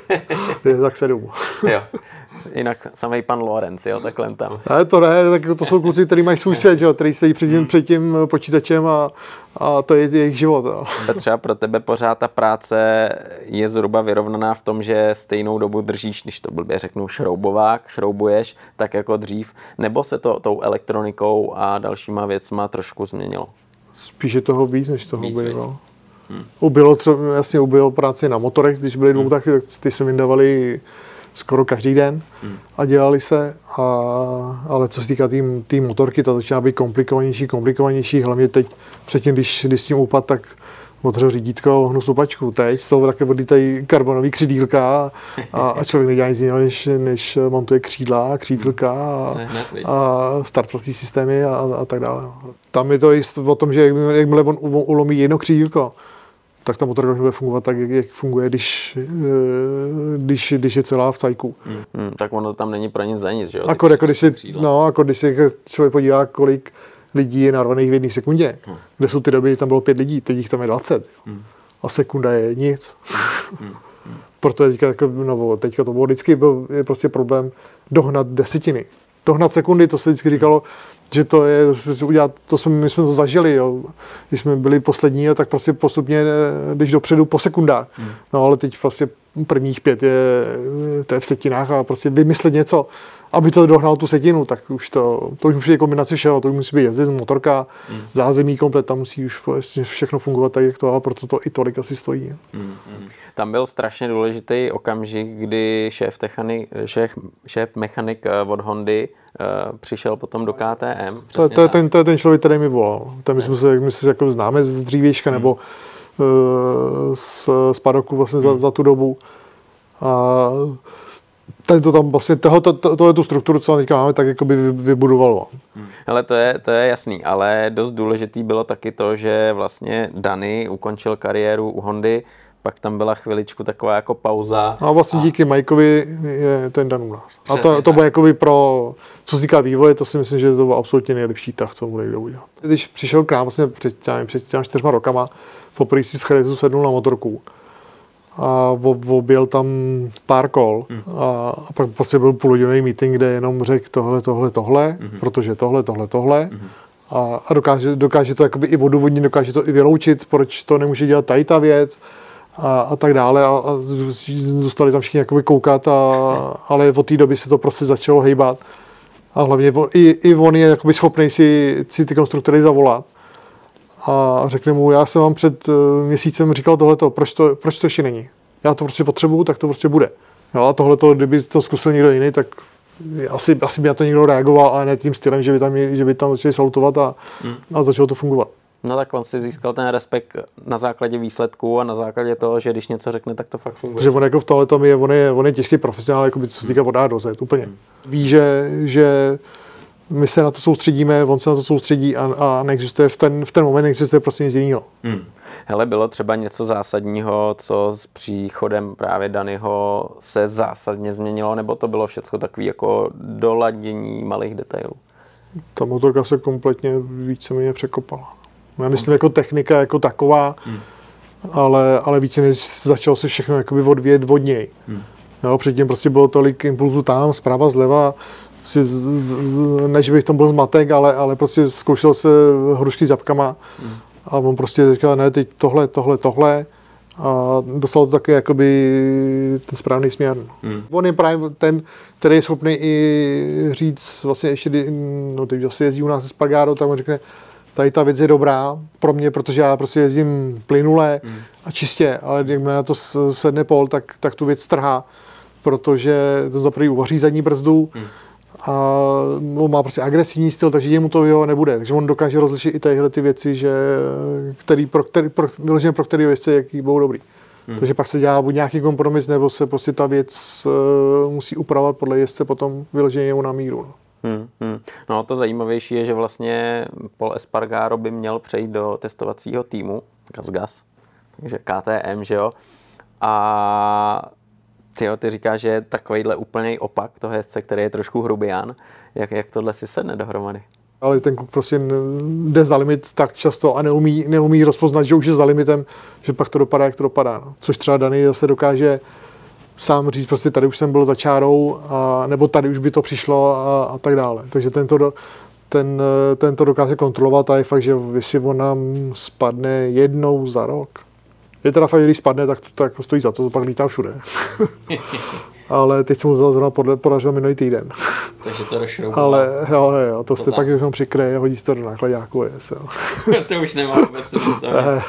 je tak sedm. Jo. Jinak samej pan Lorenz, jo, takhle tam. Ne, to ne, tak to jsou kluci, kteří mají svůj svět, jo, který sedí před tím, hmm. před tím počítačem a, a to je jejich život. Jo. Třeba pro tebe pořád ta práce je zhruba vyrovnaná v tom, že stejnou dobu držíš, když to blbě řeknu, šroubovák, šroubuješ, tak jako dřív, nebo se to tou elektronikou a dalšíma věcma trošku změnilo? Spíš je toho víc, než toho bylo. Hmm. Ubylo, třeba, jasně ubylo práci na motorech, když byly dvou, hmm. tak ty se vyndavali skoro každý den hmm. a dělali se, a, ale co se týká té motorky, ta začíná být komplikovanější, komplikovanější, hlavně teď předtím, když, když s tím upad, tak otřel řídítko, ohnu stupačku, teď z toho také odlítají karbonový křídílka a, a člověk nedělá nic jiného, než, než montuje křídla, křídílka a, a startovací systémy a, a tak dále. Tam je to i o tom, že jakmile on ulomí jedno křídílko, tak ta motorka bude fungovat tak, jak, jak funguje, když, když, když je celá v cajku. Hmm, hmm, tak ono tam není pro nic za nic, že jo? Jako, jako, když si, no, jako když si člověk podívá, kolik lidí je narvaných v jedné sekundě, hmm. kde jsou ty doby, tam bylo pět lidí, teď jich tam je dvacet. Hmm. A sekunda je nic. Hmm. Hmm. Proto teďka, jako, no, teďka to bylo vždycky byl, je prostě problém dohnat desetiny. Dohnat sekundy, to se vždycky říkalo, že to je, udělat, to jsme, my jsme to zažili, jo. Když jsme byli poslední, tak prostě postupně jdeš dopředu po sekundách. Hmm. No ale teď prostě prvních pět je, to je v setinách a prostě vymyslet něco, aby to dohnal tu setinu, tak už to, to už musí být kombinace všeho, to už musí být jezdec, motorka, mm. zázemí komplet, tam musí už všechno fungovat tak, jak to, a proto to i tolik asi stojí. Mm, mm. Tam byl strašně důležitý okamžik, kdy šéf, techani, šéf, šéf mechanik od Hondy uh, přišel potom do K T M. To, to, je ten, to je ten člověk, který mi volal. Ten my jsme se, my se jako známe z dřívějška, mm. nebo uh, z, z Padoku vlastně mm. za, za tu dobu. A ten to tam vlastně, tohle, to, to, tohle tu strukturu, co teďka máme, tak jako by vybudoval. Hmm. Hele, to je, to je jasný, ale dost důležitý bylo taky to, že vlastně Dani ukončil kariéru u Hondy, pak tam byla chviličku taková jako pauza. A vlastně a... díky Mikeovi je ten Dan u nás. A to, to bylo jakoby pro, co se týká vývoje, to si myslím, že to byl absolutně nejlepší tah, co mu někdo udělat. Když přišel k nám vlastně před, před těmi čtyřma rokama, poprvé si v Cherezu sednul na motorku a objel tam pár kol mm. a, a pak prostě byl půlhodinový meeting, kde jenom řekl tohle, tohle, tohle, mm. protože tohle, tohle, tohle mm. a, a dokáže, dokáže to jakoby i odůvodnit, dokáže to i vyloučit, proč to nemůže dělat tady ta věc a, a tak dále a, a zůstali tam všichni jakoby koukat, a, ale od té doby se to prostě začalo hejbat a hlavně on, i, i on je jakoby schopný si, si ty konstruktory zavolat a řekne mu, já jsem vám před měsícem říkal tohleto, proč to, proč to ještě není? Já to prostě potřebuju, tak to prostě bude. Jo, a tohleto, kdyby to zkusil někdo jiný, tak asi, asi by na to někdo reagoval, ale ne tím stylem, že by tam, že by tam začali salutovat a, hmm. a začalo to fungovat. No tak on si získal ten respekt na základě výsledků a na základě toho, že když něco řekne, tak to fakt funguje. Protože on jako v tohletom je, on je, on je těžký profesionál, jako by, co se týká od A do Z, úplně. Hmm. Ví, že, že my se na to soustředíme, on se na to soustředí a, a neexistuje v ten, v ten moment neexistuje prostě nic jiného. Hmm. Hele, bylo třeba něco zásadního, co s příchodem právě Daniho se zásadně změnilo, nebo to bylo všechno takové jako doladění malých detailů? Ta motorka se kompletně víceméně překopala. Já myslím jako technika jako taková, hmm. ale, ale víceméně začalo se všechno jakoby odvíjet od něj. Hmm. Jo, předtím prostě bylo tolik impulzů tam, zprava, zleva, si, než bych tam byl zmatek, ale, ale prostě zkoušel se hrušky s jabkama hmm. a on prostě říkal, ne, teď tohle, tohle, tohle a dostal to taky jakoby ten správný směr. Hmm. On je právě ten, který je schopný i říct, vlastně ještě, no teď asi jezdí u nás ze Spargaro, tak on řekne, tady ta věc je dobrá pro mě, protože já prostě jezdím plynule hmm. a čistě, ale jak na to sedne pol, tak, tak tu věc trhá, protože to za prvý uvaří zadní brzdu hmm. a on má prostě agresivní styl, takže jemu to jeho nebude. Takže on dokáže rozlišit i tyhle ty věci, že, který, pro, který, pro, vyloženě pro který věci, jaký budou dobrý. Hmm. Takže pak se dělá buď nějaký kompromis, nebo se prostě ta věc uh, musí upravovat podle jezdce potom vyloženě jemu na míru. No. Hmm, hmm. No to zajímavější je, že vlastně Pol Espargaro by měl přejít do testovacího týmu GasGas, takže K T M, že jo, a tyjo, ty říkáš, že je takovejhle úplný opak toho jezdce, který je trošku hrubián. Jak, jak tohle si sedne dohromady? Ale ten kluk prostě jde za limit tak často a neumí, neumí rozpoznat, že už je za limitem, že pak to dopadá, jak to dopadá. No. Což třeba Dani zase dokáže sám říct, prostě tady už jsem byl za čárou, a, nebo tady už by to přišlo a, a tak dále. Takže tento, do, ten, tento dokáže kontrolovat a je fakt, že jestli on nám spadne jednou za rok. Je teda fakt, když spadne, tak to tak stojí za to, to pak lítá všude. Ale teď jsem mu zrovna podařil minulý týden. Takže to rozšrouboval. Ale jo, jo, to, to se pak jenom přikryje, hodí se to do nákladáku. To už nemá vůbec se představit.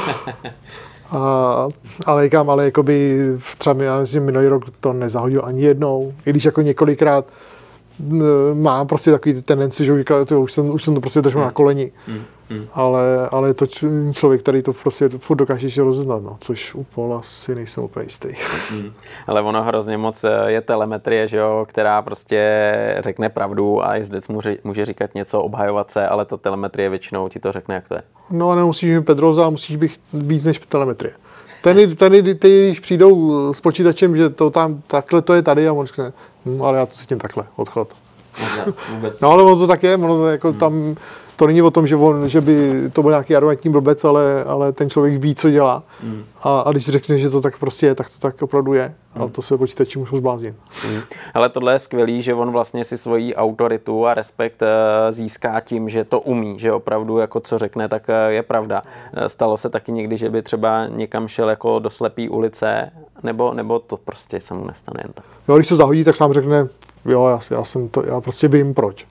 A, ale říkám, ale jakoby třeba já myslím, minulý rok to nezahodil ani jednou, i když jako několikrát mám prostě takový tendenci, že říká, to, už, jsem, už jsem to prostě držel mm. na koleni, mm. Mm. ale, ale je to člověk, který to prostě furt dokáže ještě rozeznat, no, což u Pola si nejsem úplně jistý. Mm. Ale ono hrozně moc je telemetrie, že jo, která prostě řekne pravdu a jezdec může, může říkat něco, obhajovat se, ale ta telemetrie většinou ti to řekne, jak to je. No a nemusíš mít Pedroza, musíš být víc než telemetrie. Ten, ten, ty, když přijdou s počítačem, že to tam takhle to je tady a on řekne, hm, ale já to cítím takhle, odchod. Vůbec. No ale ono to tak je, ono to jako hmm. tam to není o tom, že, on, že by to byl nějaký arrogantní blbec, ale, ale ten člověk ví, co dělá. Mm. A, a když řekne, že to tak prostě je, tak to tak opravdu je. Mm. A to se počítači můžou zbláznit. Mm. Ale tohle je skvělý, že on vlastně si svoji autoritu a respekt získá tím, že to umí, že opravdu jako co řekne, tak je pravda. Stalo se taky někdy, že by třeba někam šel jako do slepý ulice, nebo, nebo to prostě se mu nestane jen tak. Jo, když to zahodí, tak sám řekne, jo, já, já, jsem to, já prostě vím proč.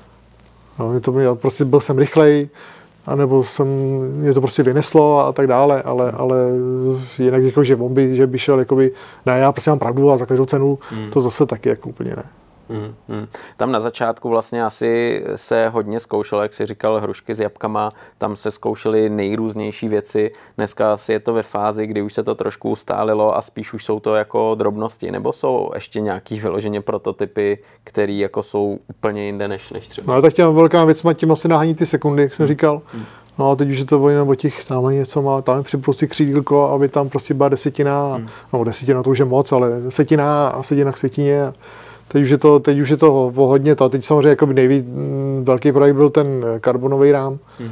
No, mě to, já prostě byl jsem rychlej, anebo jsem, mě to prostě vyneslo a tak dále, ale, ale jinak jako, že on by, že by šel, jakoby, ne, já prostě mám pravdu a za každou cenu, hmm. to zase taky jako úplně ne. Hmm, hmm. Tam na začátku vlastně asi se hodně zkoušelo, jak jsi říkal, hrušky s jabkama, tam se zkoušely nejrůznější věci. Dneska asi je to ve fázi, kdy už se to trošku ustálilo a spíš už jsou to jako drobnosti, nebo jsou ještě nějaký vyloženě prototypy, které jako jsou úplně jinde než, než třeba. No tak těm velká věc má tím asi nahání ty sekundy, jak jsem říkal. Hmm. No a teď už je to jenom o těch, tam něco má, tam je připrosti křídílko, aby tam prostě byla desetina, hmm. no desetina to už je moc, ale desetina a setina k setině. Teď už je to, teď už je to o hodně to. Teď samozřejmě jako nejvíc velký projekt byl ten karbonový rám, hmm.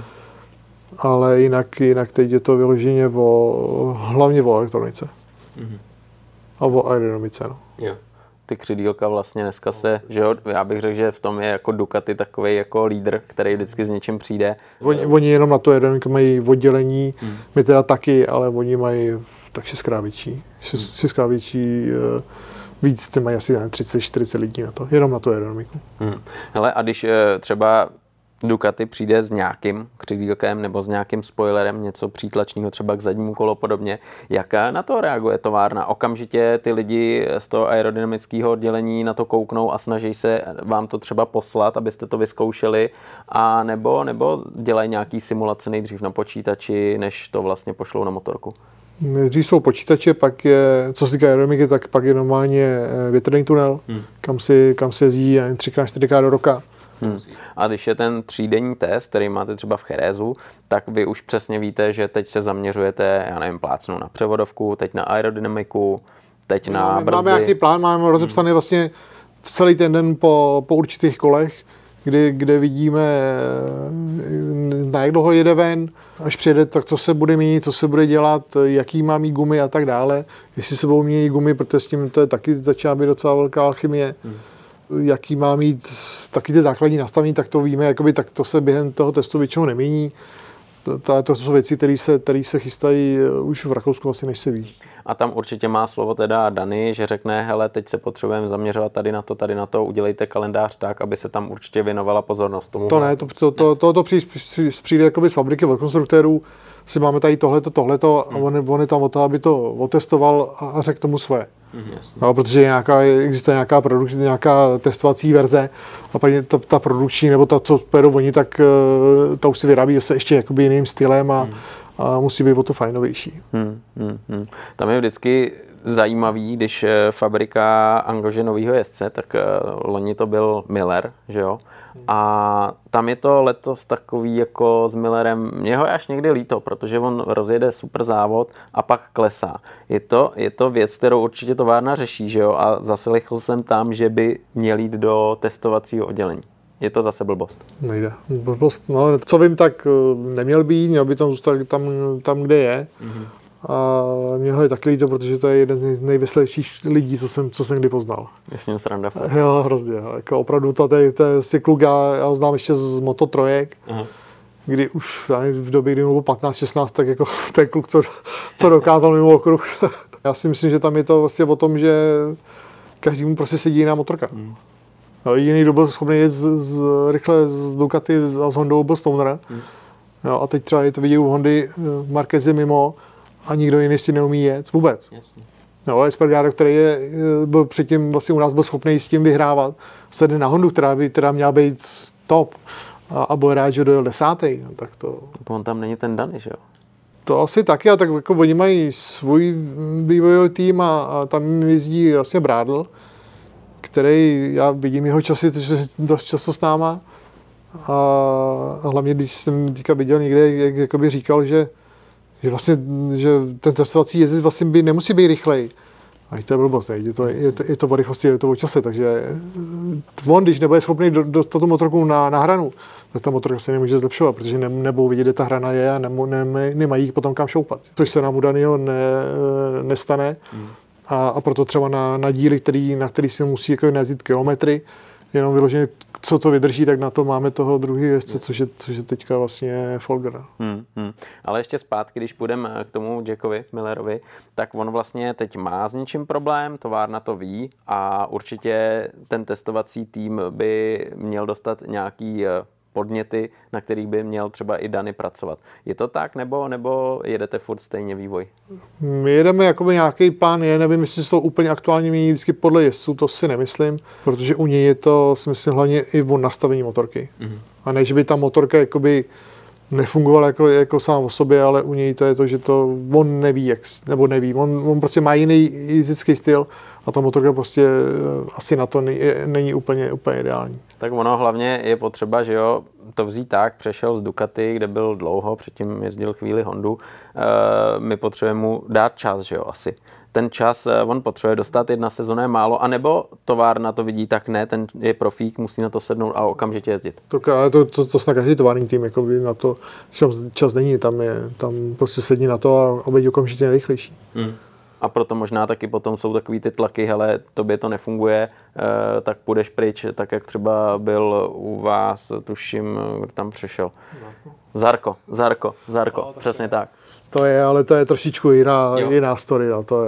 ale jinak, jinak teď je to vyloženě o, hlavně o elektronice hmm. a o aerodynamice. No. Jo. Ty křidílka vlastně dneska se, že jo, já bych řekl, že v tom je jako Ducati takovej jako lídr, který vždycky s něčím přijde. Oni, oni jenom na to aerodynamiku mají oddělení, hmm. my teda taky, ale oni mají tak šestkrát větší, šestkrát větší víc, ty mají asi třicet čtyřicet lidí na to, jenom na tu aerodynamiku. Hmm. Hele, a když třeba Ducati přijde s nějakým křidílkem nebo s nějakým spoilerem, něco přítlačného třeba k zadnímu kolu podobně, jak na to reaguje továrna? Okamžitě ty lidi z toho aerodynamického oddělení na to kouknou a snaží se vám to třeba poslat, abyste to vyzkoušeli, a nebo, nebo dělají nějaký simulace nejdřív na počítači, než to vlastně pošlou na motorku? Nejdřív jsou počítače, pak je, co se týká aerodynamiky, tak pak je normálně větrný tunel, hmm. kam, si, kam se jezdí třikrát, čtyřikrát do roka. Hmm. A když je ten třídenní test, který máte třeba v Jerezu, tak vy už přesně víte, že teď se zaměřujete, já nevím, plácnu na převodovku, teď na aerodynamiku, teď na máme, brzdy. Máme nějaký plán, máme rozepsaný hmm. vlastně celý ten den po, po určitých kolech, kdy, kde vidíme, na jak dlouho jede ven, až přijede, tak co se bude měnit, co se bude dělat, jaký má mít gumy a tak dále. Jestli se budou měnit gumy, protože s tím to je taky začíná být docela velká alchymie. Hmm. Jaký má mít taky ty základní nastavení, tak to víme, jakoby, tak to se během toho testu většinou nemění. To, to jsou věci, které se, se chystají už v Rakousku asi, než se ví. A tam určitě má slovo teda Dani, že řekne, hele, teď se potřebujeme zaměřovat tady na to, tady na to, udělejte kalendář tak, aby se tam určitě věnovala pozornost tomu. To ne, to, to, to, to, to přijde, přijde jakoby z fabriky od konstruktérů, si máme tady tohleto, tohleto hmm. a on, on je tam o to, aby to otestoval a, a řekl tomu svoje. Hmm, no, protože nějaká, existuje nějaká, produk, nějaká testovací verze a pak ta, ta produkční nebo ta, co pojedou oni, tak ta už si vyrábí zase ještě jakoby jiným stylem a, hmm. a musí být o to fajnovější. Hmm, hmm, hmm. Tam je vždycky zajímavý, když fabrika angažuje novýho jezdce, tak loni to byl Miller, že jo? A tam je to letos takový jako s Millerem, mě ho až někdy líto, protože on rozjede super závod a pak klesá. Je to, je to věc, kterou určitě továrna řeší, že jo? A zaslechl jsem tam, že by měl jít do testovacího oddělení. Je to zase blbost? Nejde. Blbost, no, co vím, tak neměl by jít, měl by tam zůstat tam, tam kde je. Mm-hmm. A mě ho je taky líto, protože to je jeden z nejveselějších lidí, co jsem, co jsem kdy poznal. Je s ním sranda. Jo, hrozně. Jako opravdu to, to, je, to je kluk, já, já ho znám ještě z Moto trojek, uh-huh. kdy už v době, kdy mu bylo patnáct šestnáct, tak jako ten kluk, co, co dokázal mimo okruh. Já si myslím, že tam je to vlastně o tom, že každému prostě sedí jiná motorka. Mm. No, jediný, kdo byl schopný jet z, z, rychle z Ducati a s Hondou, byl Stoner. Mm. Jo, a teď třeba je to vidět u Hondy, Marquez je mimo, a nikdo jiný si neumí jet vůbec. Jasně. No, Espargaro, který je, byl předtím vlastně u nás byl schopný s tím vyhrávat, sedne na Hondu, která by teda měla být top a, a byl rád, že dojel desátý. No, tak to... On tam není ten Dani, že jo? To asi taky, a tak jako oni mají svůj vývojový tým a, a tam jezdí vlastně Brádl, který, já vidím jeho časy, že dost často s náma. A, a hlavně, když jsem teďka viděl někde, jak jakoby říkal, že že vlastně, že ten testovací jezdec vlastně by nemusí být rychlej. A to je blbost, je to, je, to, je to o rychlosti, je to o čase, takže on, když nebude schopný dostat tu motorku na, na hranu, tak ta motorka se nemůže zlepšovat, protože ne, nebudou vidět, kde ta hrana je a nemo, ne, nemají potom kam šoupat. Což se nám u Daniho ne, nestane hmm. a, a proto třeba na, na díly, který, na který si musí jako najezdit kilometry, jenom vyloženě, co to vydrží, tak na to máme toho druhý jezdce, což je, což je teďka vlastně Folger. Hmm, hmm. Ale ještě zpátky, když půjdeme k tomu Jackovi Millerovi, tak on vlastně teď má s něčím problém, továrna to ví a určitě ten testovací tým by měl dostat nějaký podněty, na kterých by měl třeba i Dani pracovat. Je to tak, nebo, nebo jedete furt stejně vývoj? My jedeme, jakoby nějaký plán je, nevím, jestli se to úplně aktuálně mění vždycky podle jezdců, to si nemyslím, protože u něj je to, si myslím, hlavně i o nastavení motorky. Mm-hmm. A ne, že by ta motorka jakoby nefungovala jako, jako sám o sobě, ale u něj to je to, že to on neví, jak, nebo neví, on, on prostě má jiný jezdecký styl a ta motorka prostě asi na to není, není úplně, úplně ideální. Tak ono hlavně je potřeba, že jo, to vzít tak, přešel z Ducati, kde byl dlouho, předtím jezdil chvíli Hondu, e, my potřebujeme mu dát čas, že jo, asi. Ten čas on potřebuje dostat, jedna sezona je málo, anebo továrna to vidí tak ne, ten je profík, musí na to sednout a okamžitě jezdit. To, to, to, to snad každý tovární tým, jako by na to čas, čas není, tam, je, tam prostě sedí na to a obejde okamžitě nejrychlejší. Hmm. A proto možná taky potom jsou takový ty tlaky, hele, tobě to nefunguje, eh, tak půjdeš pryč, tak jak třeba byl u vás, tuším, kdo tam přešel. Zarko, Zarko, Zarko, no, přesně tak. To je, ale to je trošičku jiná, jiná story, no, to je,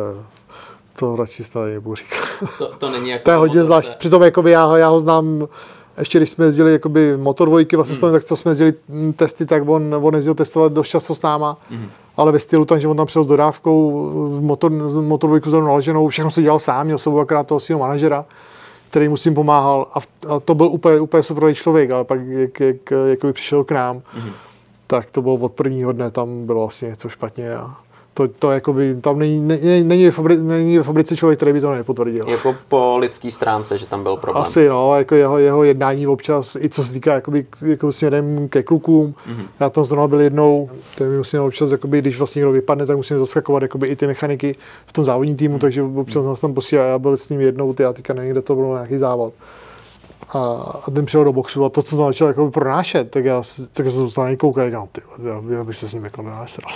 to radši stále nebudu říkat. To, to není jako... To je hodně zvlášť, přitom jakoby já, já ho znám, ještě když jsme jezdili jakoby motor dvojky, vlastně hmm. tak co jsme jezdili testy, tak on, on jezdil testovat dost často s náma, hmm. ale ve stylu tam, že on tam přijel s dodávkou, motor, motor dvojku zrovna naloženou, všechno se dělal sám, měl sebou akorát toho svého manažera, který mu s tím pomáhal a, v, a to byl úplně, úplně super člověk, ale pak jak, jak, jak přišel k nám, hmm. tak to bylo od prvního dne, tam bylo vlastně něco špatně a to, to jakoby, tam není, není, není, ve fabrice, není ve fabrice člověk, který by to nepotvrdil. Jako po lidský stránce, že tam byl problém. Asi no, jako jeho, jeho jednání občas, i co se týká jakoby, jako směrem ke klukům. Mm-hmm. Já tam zrovna byl jednou, my musíme občas, jakoby, když vlastně někdo vypadne, tak musíme zaskakovat jakoby, i ty mechaniky v tom závodní týmu, mm-hmm. takže občas nás tam posílá, já byl s ním jednou, ty, a teďka nevím, kde to bylo nějaký závod. A, a ten přijel do boxu a to, co tam začal jakoby pronášet, tak já, tak já se zůstal nejkoukal, jak já, ty, já bych se s ním jako nenásral.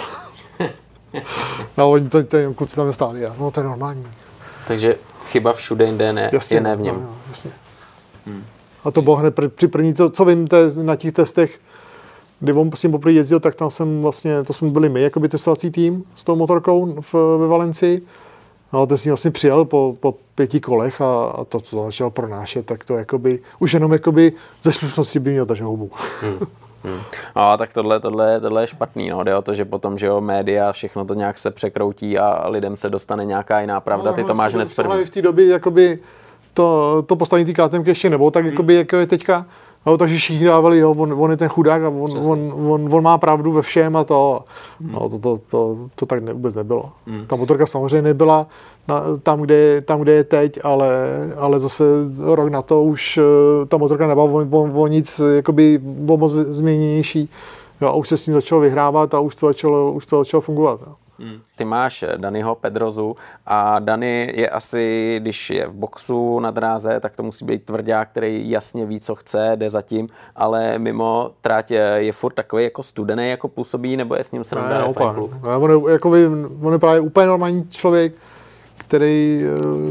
No, oni to, ten kluci tam stáli, no to je normální. Takže chyba všude jinde ne, jasně, je ne v něm. No, jasně. Hmm. A to bylo hned při první, to, co vím, te, na těch testech, kdy on s tím poprvé jezdil, tak tam jsem vlastně, to jsme byli my, jakoby testovací tým s tou motorkou v, ve Valencii. No, ten s ním vlastně přijel po, po pěti kolech a, a to, co začal pronášet, tak to jakoby, už jenom jakoby ze slušnosti by měl držet hubu. Hmm. Hmm. No, tak tohle, tohle, tohle je špatný, no. Jde o to, že potom, že jo, média, všechno to nějak se překroutí a lidem se dostane nějaká jiná pravda, no, ty to máš hned z první. V té době, jakoby, to, to postavení té K T M ještě nebylo, tak jakoby, jako je teďka, no, takže všichni dávali, jo, on, on je ten chudák a on, on, on, on má pravdu ve všem a to, hmm. no, to, to, to, to tak ne, vůbec nebylo. Hmm. Ta motorka samozřejmě nebyla na, tam, kde, tam, kde je teď, ale, ale zase rok na to už ta motorka nebyla o, o, o nic jakoby, o moc změněnější. Jo, a už se s ním začalo vyhrávat a už to začalo, už to začalo fungovat. Jo. Hmm. Ty máš Daniho Pedrozu a Dani je asi, když je v boxu na dráze, tak to musí být tvrdák, který jasně ví, co chce, jde za tím, ale mimo trať je furt takový jako studený, jako působí, nebo je s ním sranda? Ne, naopak. On je, jakoby, on je právě úplně normální člověk, který,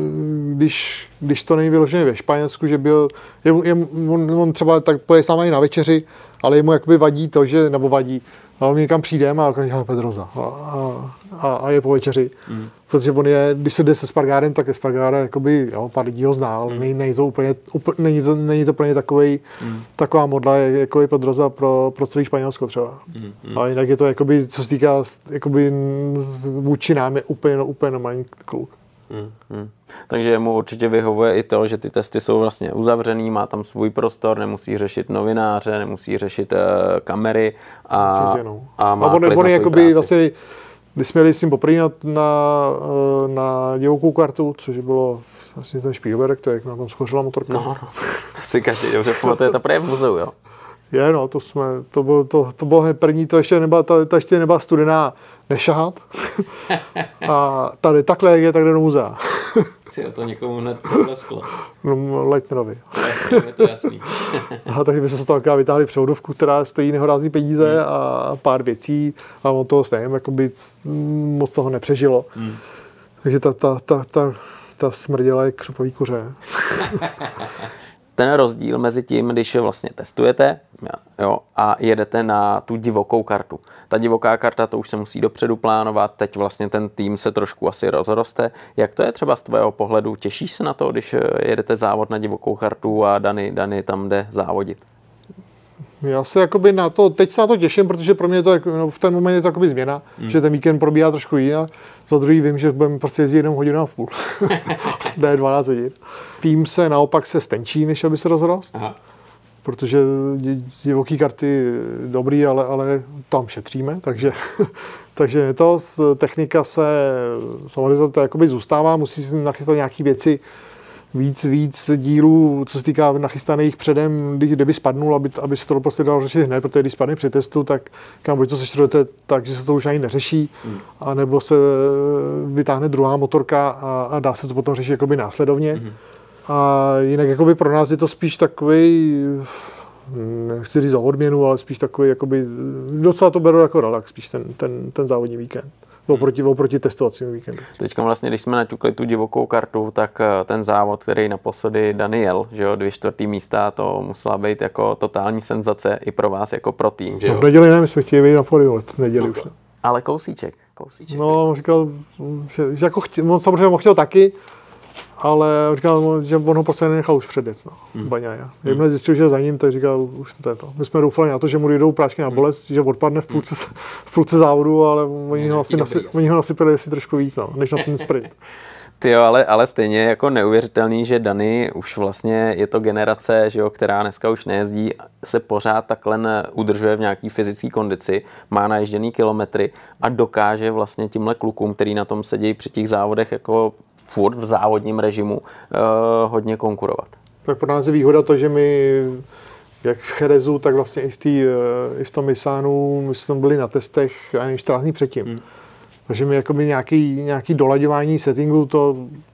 když, když to není vyložené ve Španělsku, že byl, je, je, on, on třeba tak poje s námi na večeři, ale jemu jakoby vadí to, že, nebo vadí, a on někam přijdeme a říká Pedroza a, a, a je po večeři. Mm. Protože on je, když se jde se Spargárem, tak je Spargára, jakoby, jo, pár lidí ho zná, ale mm. není, není, to úplně, úplně, není, to, není to úplně takovej, mm. taková modla, jako je Pedroza pro, pro celý Španělsko třeba. Mm. Ale jinak je to, jakoby, co se týká jakoby, vůči nám, je úplně, úplně normální kluk. Hmm, hmm. Takže mu určitě vyhovuje i to, že ty testy jsou vlastně uzavřený, má tam svůj prostor, nemusí řešit novináře, nemusí řešit uh, kamery a, určitě, no. a má a on, klid on na jakoby vlastně, když jsme jeli s tím poprvé na, na, na divokou kartu, což bylo vlastně ten Spielberg, to je jak na tom schořila motorka. No, no, to si každý dobře pamatuje, ta právě v muzeu, jo. Je, no, to jsme, to bylo, to, to bylo první, to ještě nebyla, to, to ještě nebyla studená nešahat. A tady takhle, jak je, tak jde do muzea. Ty to někomu hned potlesklo. No, Leitnerovi. Je to jasný. A takže by se z toho vytáhli převodovku, která stojí nehorázný peníze hmm. a pár věcí a on toho stejně jakoby moc toho nepřežilo. Hmm. Takže ta, ta, ta, ta, ta smrděla je křupový kuře. Ten rozdíl mezi tím, když vlastně testujete, jo, a jedete na tu divokou kartu. Ta divoká karta, to už se musí dopředu plánovat, teď vlastně ten tým se trošku asi rozroste. Jak to je třeba z tvého pohledu? Těšíš se na to, když jedete závod na divokou kartu a Dani, Dani tam jde závodit? Já se jakoby na to, teď se na to těším, protože pro mě to no, v ten moment je to jakoby změna, hmm. že ten víkend probíhá trošku jinak. Za druhý vím, že budeme prostě jezdit jenom hodinu a půl. Jde dvanáct hodin. Tým se naopak se stenčí, než aby se rozrost. Aha. Protože divoký karty dobrý, ale, ale tam šetříme, takže, takže to technika se samozřejmě to jakoby zůstává, musí si nachystat nějaké věci, víc, víc dílů, co se týká nachystaných předem, kdy, kdyby spadnul, aby, aby se to prostě dalo řešit hned, protože když spadne při testu, tak kam buď to seštrujete tak, že se to už ani neřeší, hmm. anebo se vytáhne druhá motorka a, a dá se to potom řešit jakoby následovně. Hmm. A jinak jakoby pro nás je to spíš takový, nechci říct za odměnu, ale spíš takový, jakoby, docela to beru jako relax, spíš ten, ten, ten závodní víkend. Oproti, oproti testovacímu víkendu. Teďka vlastně, když jsme naťukli tu divokou kartu, tak ten závod, který naposledy Daniel, že jo, dvě čtvrtý místa, to musela být jako totální senzace i pro vás, jako pro tým, že jo? No v neděli ne, my jsme chtěli být na podiu, v neděli no, už ne. Ale kousíček, kousíček. No, on říkal, že, že jako chtěl, on samozřejmě chtěl taky, ale říkal, že on ho prostě nenechal už předjet, no, hmm. Baňaja. Jakmile hmm. zjistil, že je za ním, tak říkal, už to je to. My jsme doufali na to, že mu jdou prášky na bolest, hmm. že odpadne v půlce, v půlce závodu, ale oni ho, asi nasi, oni ho nasypali asi trošku víc, no, než na ten sprint. Ty jo, ale, ale stejně jako neuvěřitelný, že Dani už vlastně je to generace, že jo, která dneska už nejezdí, se pořád takhle udržuje v nějaký fyzické kondici, má naježděný kilometry a dokáže vlastně tímhle klukům, který na tom sedí při těch závodech jako furt v závodním režimu, uh, hodně konkurovat. Tak pro nás je výhoda to, že my, jak v Cherezu, tak vlastně i v, tý, i v tom Misánu, my jsme byli na testech ani čtrnáct dní předtím. Hmm. Takže my jakoby nějaký, nějaký dolaďování settingu, to,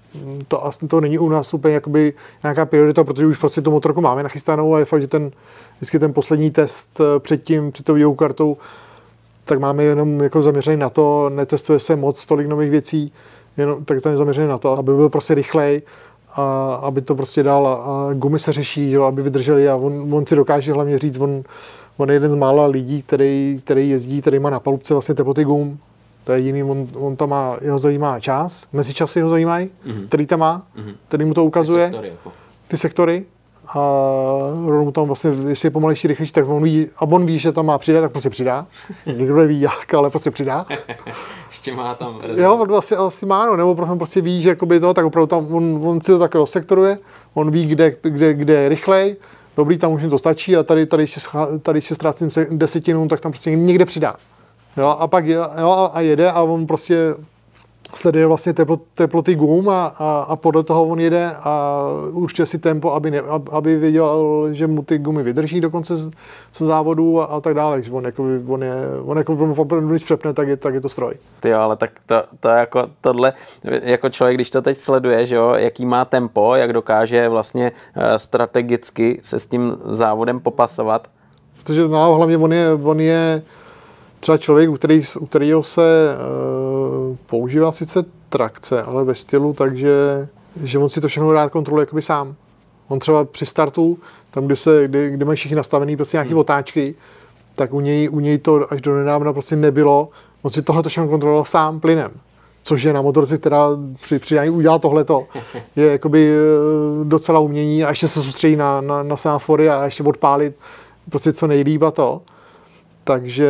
to, to není u nás úplně jakoby nějaká priorita, protože už prostě tu motorku máme nachystanou a je fakt, že ten, vždycky ten poslední test předtím, před tou divokou kartou, tak máme jenom jako zaměřený na to, netestuje se moc tolik nových věcí, jenom, tak to je zaměřený na to, aby byl prostě rychlej a aby to prostě dal a, a gumy se řeší, jo, aby vydrželi a on, on si dokáže hlavně říct, on, on je jeden z mála lidí, který, který jezdí, který má na palubce vlastně teploty gum. To je jiný, on, on tam má, jeho zajímá čas, mezičasy ho zajímají, mm-hmm. který tam má, mm-hmm. který mu to ukazuje, ty sektory, jako. ty sektory a rovnou tam vlastně, jestli je pomalejší, rychlejší, tak on ví, a on ví, že tam má přidat, tak prostě přidá. Nikdo neví jak, ale prostě přidá. Ještě má tam rezervu. Jo, on asi, asi má, no, nebo prostě, prostě ví, že jakoby to, tak opravdu tam, on, on si to takhle rozsektoruje, on ví, kde, kde, kde je rychlej, dobrý, tam už mi to stačí a tady, tady, ještě, tady ještě ztrácím desetinu, tak tam prostě někde přidá. Jo, a pak je, jo, a jede a on prostě sleduje vlastně teplo, teploty gum a, a, a podle toho on jede a určitě si tempo, aby, ne, aby věděl, že mu ty gumy vydrží do konce z, z závodu a, a tak dále. Takže on, jako, on je, on jako, on, když přepne, tak je, tak je to stroj. Ty jo, ale tak to, to jako tohle, jako člověk, když to teď sleduje, že jo, jaký má tempo, jak dokáže vlastně strategicky se s tím závodem popasovat. Protože no, hlavně on je, on je třeba člověk, u, který, u kterého se uh, používá sice trakce, ale ve stylu, takže že on si to všechno rád kontroluje jakoby sám. On třeba při startu, tam, kde, se, kde, kde mají všichni nastavený prostě nějaký hmm. otáčky, tak u něj, u něj to až do nedávna prostě nebylo. On si tohle všechno kontroloval sám plynem. Což je na motorce, která při přidání udělá tohleto, je jakoby docela umění a ještě se soustředí na, na, na semafory a ještě odpálit prostě co nejlíp a to. Takže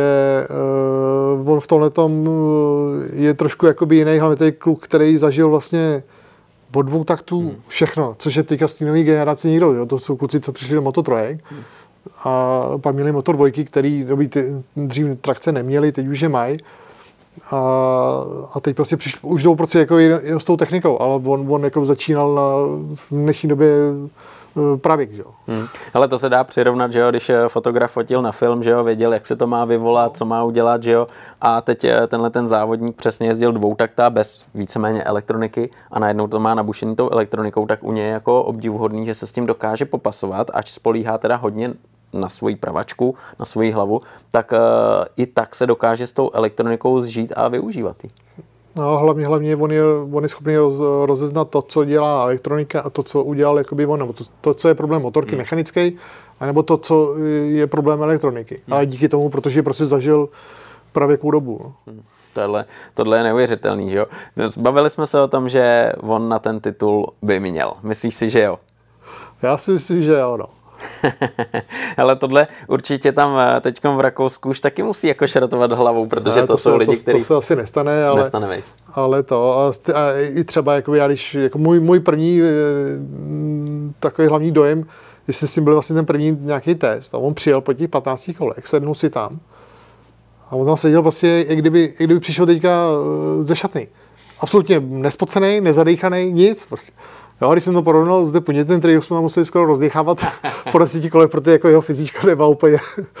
uh, on v tomhletom je trošku jakoby jiný, hlavně tady kluk, který zažil vlastně od dvou taktů hmm. všechno, což je teďka z té nové generace nikdo, jo? To jsou kluci, co přišli do Moto trojek hmm. a pak měli Moto dvojky, který doby ty, dřív trakce neměli, teď už je mají a, a teď prostě přišli, už jdou prostě jako jen, jen s tou technikou, ale on, on jako začínal na, v dnešní době pravěk, že jo. Hmm. Ale to se dá přirovnat, že jo, když fotograf fotil na film, že jo, věděl, jak se to má vyvolat, co má udělat, že jo, a teď tenhle ten závodník přesně jezdil dvoutakta bez víceméně elektroniky a najednou to má nabušený tou elektronikou, tak u něj je jako obdivuhodný, že se s tím dokáže popasovat, ač spolíhá teda hodně na svoji pravačku, na svoji hlavu, tak uh, i tak se dokáže s tou elektronikou zžít a využívat ji. No, hlavně, hlavně on je, on je schopný roz, rozeznat to, co dělá elektronika a to, co udělal jakoby on, nebo to, to co je problém motorky hmm. mechanický, anebo to, co je problém elektroniky. Hmm. Ale díky tomu, protože prostě zažil pravěkou dobu. No. Hmm. Tohle, tohle je neuvěřitelný, že jo? Bavili jsme se o tom, že on na ten titul by měl. Myslíš si, že jo? Já si myslím, že jo, no. Ale tohle určitě tam teďkom v Rakousku už taky musí jako šrotovat hlavou, protože to, to jsou se, lidi, to, kteří... To se asi nestane, ale, nestane, ale to, a, a i třeba jako já, když, jako můj, můj první e, takový hlavní dojem, jestli s tím byl vlastně ten první nějaký test, a on přijel po těch patnácti kolech, sednul si tam a on tam seděl vlastně, jak kdyby, jak kdyby přišel teďka ze šatny. Absolutně nespocený, nezadejchaný, nic prostě. Jo, když jsem to porovnal s Depunětem, který jsme museli skoro rozdechávat po deseti kolech, protože jako jeho fyzička nebyla úplně,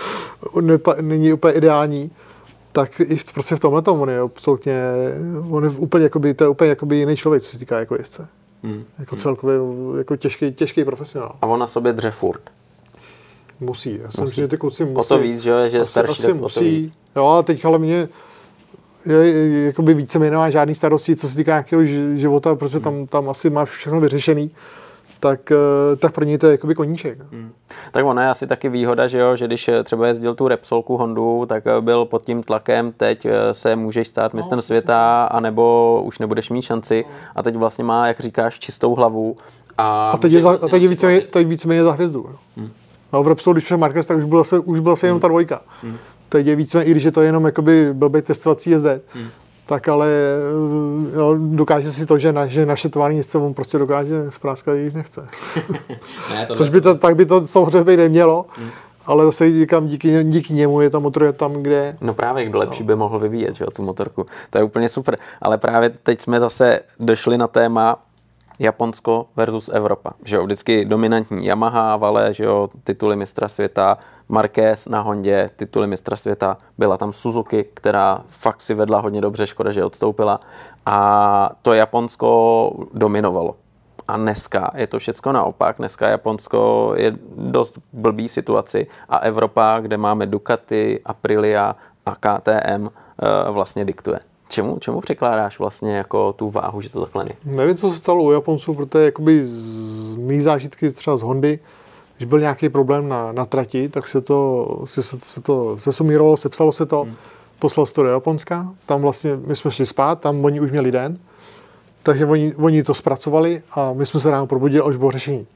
není úplně ideální, tak i prostě v tomhle tomu on je absolutně, on je úplně, jakoby, to je úplně jakoby jiný člověk, co se týká jako jezdce. Hmm. Jako celkově jako těžký, těžký profesionál. A on na sobě dře furt. Musí. Já si myslím, že ty kluci musí. O to víc, že, že je starší, asi tak musí. O to víc. Jo, a teď ale mě je, je, jakoby více nemá žádný starosti, co se týká nějakého života, protože tam, tam asi má všechno vyřešený, tak, tak pro něj to je jakoby koníček. Hmm. Tak ono je asi taky výhoda, že jo, že když třeba jezdil tu Repsolku Hondu, tak byl pod tím tlakem, teď se můžeš stát mistrem no, světa, anebo už nebudeš mít šanci a teď vlastně má, jak říkáš, čistou hlavu. A, a teď je, za, a teď je víceméně, teď víceméně za hvězdu. Hmm. A v Repsolu, když přišel Marquez, tak už byla se, už byla se jenom ta dvojka. Hmm. Teď je víceméně, i když je to jenom jakoby blbý testovací jezdec, hmm. tak ale jo, dokáže si to, že, na, že naše tovární jezdce on prostě dokáže spráskat, když nechce. Ne, Což by to, tak by to samozřejmě být nemělo, hmm. ale zase říkám, díky, díky němu je ta motor tam, kde... No právě, kdo lepší no. by mohl vyvíjet, že, tu motorku. To je úplně super. Ale právě teď jsme zase došli na téma Japonsko versus Evropa. Že jo, vždycky dominantní Yamaha, Vale, že jo, tituly mistra světa, Marquez na Hondě, tituly mistra světa, byla tam Suzuki, která fakt si vedla hodně dobře, škoda, že odstoupila. A to Japonsko dominovalo. A dneska je to všecko naopak. Dneska Japonsko je dost blbý situaci a Evropa, kde máme Ducati, Aprilia a K T M, vlastně diktuje. Čemu, čemu překládáš vlastně jako tu váhu, že to takhle je? Nevím, co se stalo u Japonců, protože jakoby z mých zážitky třeba z Hondy, když byl nějaký problém na, na trati, tak se to, se, se to sesumírovalo, sepsalo se to, hmm. poslal se to do Japonska, tam vlastně my jsme šli spát, tam oni už měli den, takže oni, oni to zpracovali a my jsme se ráno probudili a už bylo řešení.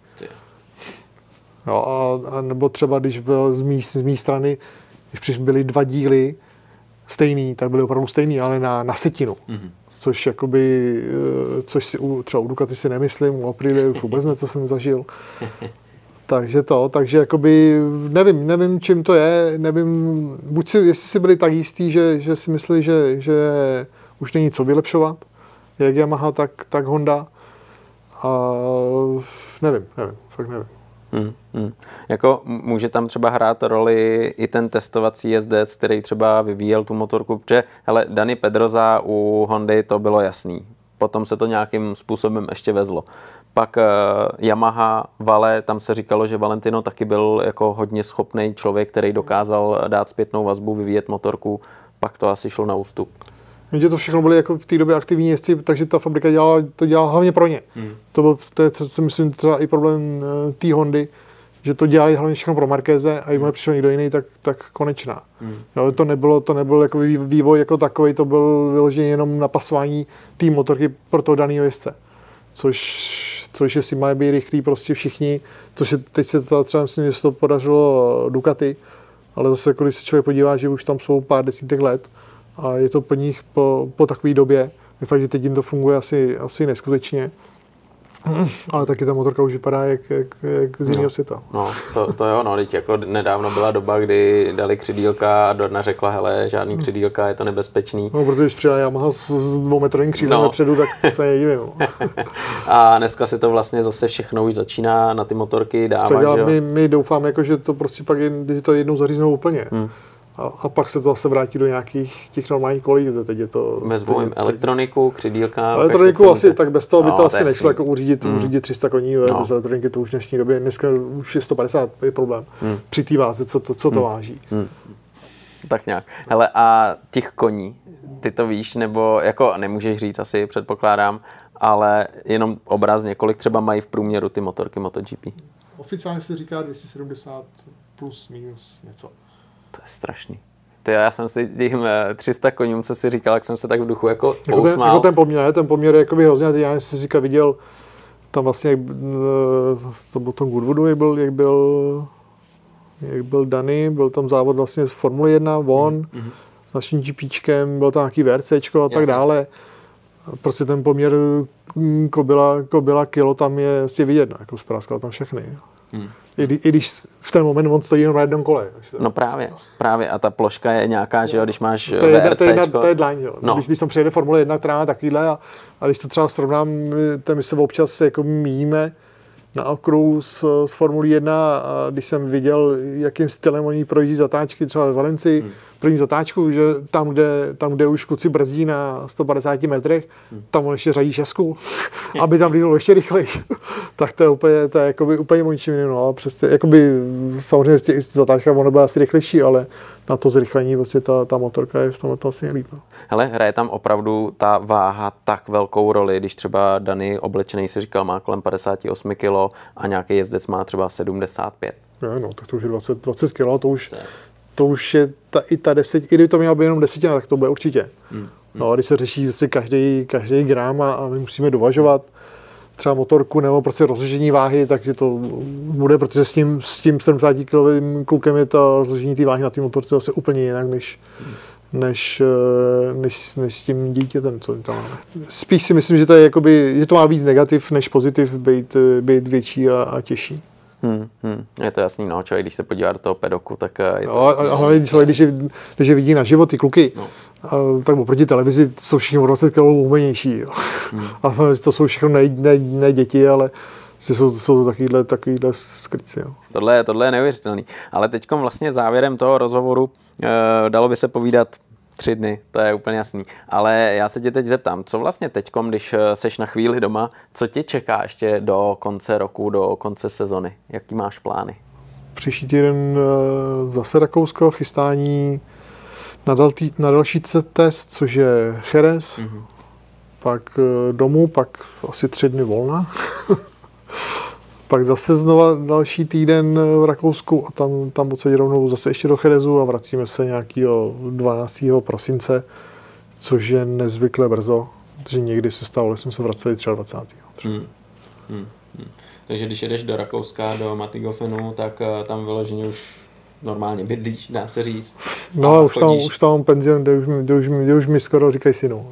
Jo, a, a nebo třeba, když byl z mý, z mý strany, když byly dva díly, stejný, tak byly opravdu stejný, ale na, na setinu. Mm-hmm. Což jakoby, což si u, třeba u Ducati si nemyslím, u Aprilia už vůbec ne, co jsem zažil. takže to, takže jakoby, nevím, nevím, čím to je, nevím, buď si, jestli si byli tak jistý, že, že si mysleli, že, že už není co vylepšovat, jak Yamaha, tak, tak Honda. A nevím, nevím, fakt nevím. Hmm, hmm. Jako může tam třeba hrát roli i ten testovací jezdec, který třeba vyvíjel tu motorku, protože hele, Dani Pedrosa u Hondy to bylo jasný. Potom se to nějakým způsobem ještě vezlo. Pak uh, Yamaha, Vale, tam se říkalo, že Valentino taky byl jako hodně schopný člověk, který dokázal dát zpětnou vazbu, vyvíjet motorku, pak to asi šlo na ústup. Jenže to všechno byly jako v té době aktivní jezdci, takže ta fabrika dělala, to dělala hlavně pro ně. Hmm. To byl, to je, si myslím, třeba i problém uh, té Hondy, že to dělali hlavně všechno pro Marqueze a jim přišel někdo jiný, tak, tak konečná. Hmm. Jo, to nebylo, to nebyl jako vývoj jako takový, to byl vyložený jenom napasování té motorky pro toho daného jezdce. Což, což jestli mají být rychlí prostě všichni, což je, teď se to třeba myslím, že se to podařilo Ducati, ale zase, když se člověk podívá, že už tam jsou pár desítek let, a je to po nich po, po takové době. Je fakt, že teď jim to funguje asi, asi neskutečně. Ale taky ta motorka už vypadá jak, jak, jak z jiného no, světa. No, to, to jo, no, teď jako nedávno byla doba, kdy dali křidílka a Dorna řekla, hele, žádný křidílka, je to nebezpečný. No, protože když přijela Yamaha s, s dvoumetrovým křídlem no. Vepředu, tak se nedivím. No. A dneska se to vlastně zase všechno už začíná na ty motorky dávat, já, že jo? My, my doufáme, jako, že to prostě pak, když to jednou zaříznou úplně. Hmm. A, a pak se to zase vrátí do nějakých těch normálních kolí, teď je to... Bez jim elektroniku, křidílka... Elektroniku asi, tak bez toho by no, to asi nešlo jako uřídit, mm. uřídit tři sta koní, no. Bez elektroniky to už v dnešní době, dneska už je sto padesát, je problém. Mm. Při té váze, co to, co to mm. váží. Mm. Tak nějak. Hele, a těch koní, ty to víš, nebo jako nemůžeš říct asi, předpokládám, ale jenom obrazně, kolik třeba mají v průměru ty motorky MotoGP? Oficiálně se říká dvě stě sedmdesát plus minus něco. To je strašný. Ty, já jsem si tím tři sta koním, co si říkal, jak jsem se tak v duchu jako pousmál. Jako ten, jako ten poměr, ten poměr je jakoby hrozně, já jsem si říkal, viděl tam vlastně, jak, to byl tom Goodwoodu, jak byl, jak byl, jak byl daný, byl tam závod vlastně z Formule jedna, on, mm-hmm. s naším GPčkem, bylo tam nějaký VRCčko a tak Jasně. dále. Prostě ten poměr kobila, kobila kilo tam je vlastně vidět, jako zpráskal tam všechny. Hmm. I, I když v ten moment on stojí jenom na jednom kole. No právě, právě a ta ploška je nějaká, že jo, když máš to je, VRCčko. To je, to je dlaň, jo. No. Když, když tam přijede Formule jedna, která má takovýhle a, a když to třeba srovnám, my se občas jako míjíme na okruhu s, s Formulí jedna a když jsem viděl, jakým stylem oni projíždí zatáčky třeba ve Valencii, hmm. první zatáčku, že tam kde, tam, kde už kluci brzdí na sto padesáti metrech, hmm. tam on ještě řadí šestku, aby tam bylo ještě rychleji. Tak to je úplně, to je jakoby úplně mončím, no, přesně, jakoby samozřejmě v těch zatáčkách ono bude asi rychlejší, ale na to zrychlení vlastně ta, ta motorka je v tomhle to asi nejlíp. No. Hele, hraje tam opravdu ta váha tak velkou roli, když třeba Dani oblečený si říkal má kolem padesát osm kilo a nějaký jezdec má třeba sedmdesát pět. Ne, no, tak to už je dvacet, dvacet kilo, to už, to už je ta, i ta deset, i kdyby to mělo být jenom desetina, tak to bude určitě. Hmm. No a když se řeší vlastně každý, každý gram a, a my musíme dovažovat třeba motorku nebo prostě rozložení váhy, takže to bude, protože s tím, s tím sedmdesátikilovým klukem je to rozložení té váhy na té motorce zase úplně jinak, než, hmm. než, než, než s tím dítětem, co tam máme. Spíš si myslím, že to, je jakoby, že to má víc negativ, než pozitiv, být, být větší a, a těžší. Hmm, hmm. Je to jasný, no, člověk, když se podívá do toho pedoku, tak je to no, jasný, a hlavně člověk, když je, když je vidí na život ty kluky, no. A, tak oproti televizi jsou všichni o dvacet kilogramů uměnější. Hmm. A to jsou všechno ne, ne, ne děti, ale jsou, jsou to takovýhle, takovýhle skryci. Jo. Tohle, je, tohle je neuvěřitelný. Ale teďkom vlastně závěrem toho rozhovoru e, dalo by se povídat tři dny, to je úplně jasný. Ale já se tě teď zeptám, co vlastně teďkom, když seš na chvíli doma, co tě čeká ještě do konce roku, do konce sezony? Jaký máš plány? Příští týden zase Rakousko, chystání na, daltý, na další test, což je Jerez, mm-hmm. pak domů, pak asi tři dny volna. Pak zase znova další týden v Rakousku a tam, tam odsaď rovnou zase ještě do Jerezu a vracíme se nějakého dvanáctého prosince, což je nezvykle brzo, protože někdy se stalo, že jsme se vraceli dvacátého třetího Hmm. Hmm. Hmm. Takže když jedeš do Rakouska, do Mattigofenu, tak tam vyloženě už normálně bydlíš, dá se říct. No a už tam, už tam mám penzion, kde už, kde, už, kde už mi skoro říkají synu.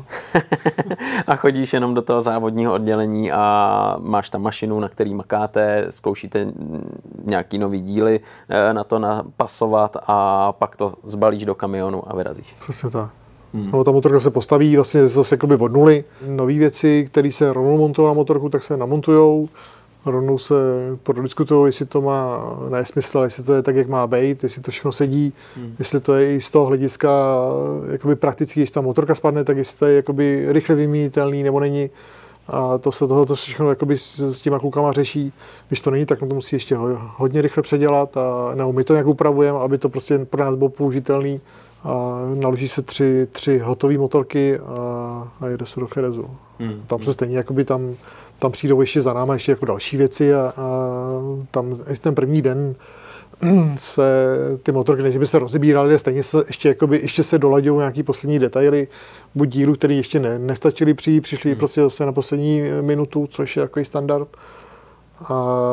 A chodíš jenom do toho závodního oddělení a máš tam mašinu, na který makáte, zkoušíte nějaký nový díly na to napasovat a pak to zbalíš do kamionu a vyrazíš. Přesně tak. Hmm. No, ta motorka se postaví vlastně zase jakoby od nuly. Nové věci, které se rovnou montují na motorku, tak se namontujou. Rovnou se prodiskutují, jestli to má nesmysl, jestli to je tak, jak má být, jestli to všechno sedí, hmm. jestli to je i z toho hlediska jakoby prakticky, když ta motorka spadne, tak jestli to je jakoby rychle vymínitelný nebo není. A to se toho to všechno jakoby s, s těma klukama řeší. Když to není, tak to musí ještě hodně rychle předělat a nebo my to nějak upravujeme, aby to prostě pro nás bylo použitelný. A naloží se tři, tři hotové motorky a, a jede se do Jerezu. Hmm. Tam se stejně jakoby tam Tam přijdou ještě za náma ještě jako další věci a, a tam ještě ten první den se ty motorky, než by se rozebíraly, stejně se ještě, jakoby, ještě se dolaďují nějaký poslední detaily, buď dílů, které ještě ne, nestačily přijít, přišli hmm. prostě zase na poslední minutu, což je takový standard a,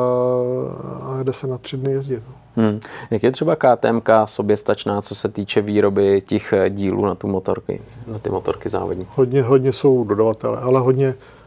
a jde se na tři dny jezdit. Hmm. Jak je třeba K T M soběstačná, co se týče výroby těch dílů na tu motorky, na ty motorky závodní? Hodně, hodně jsou dodavatelé, ale hodně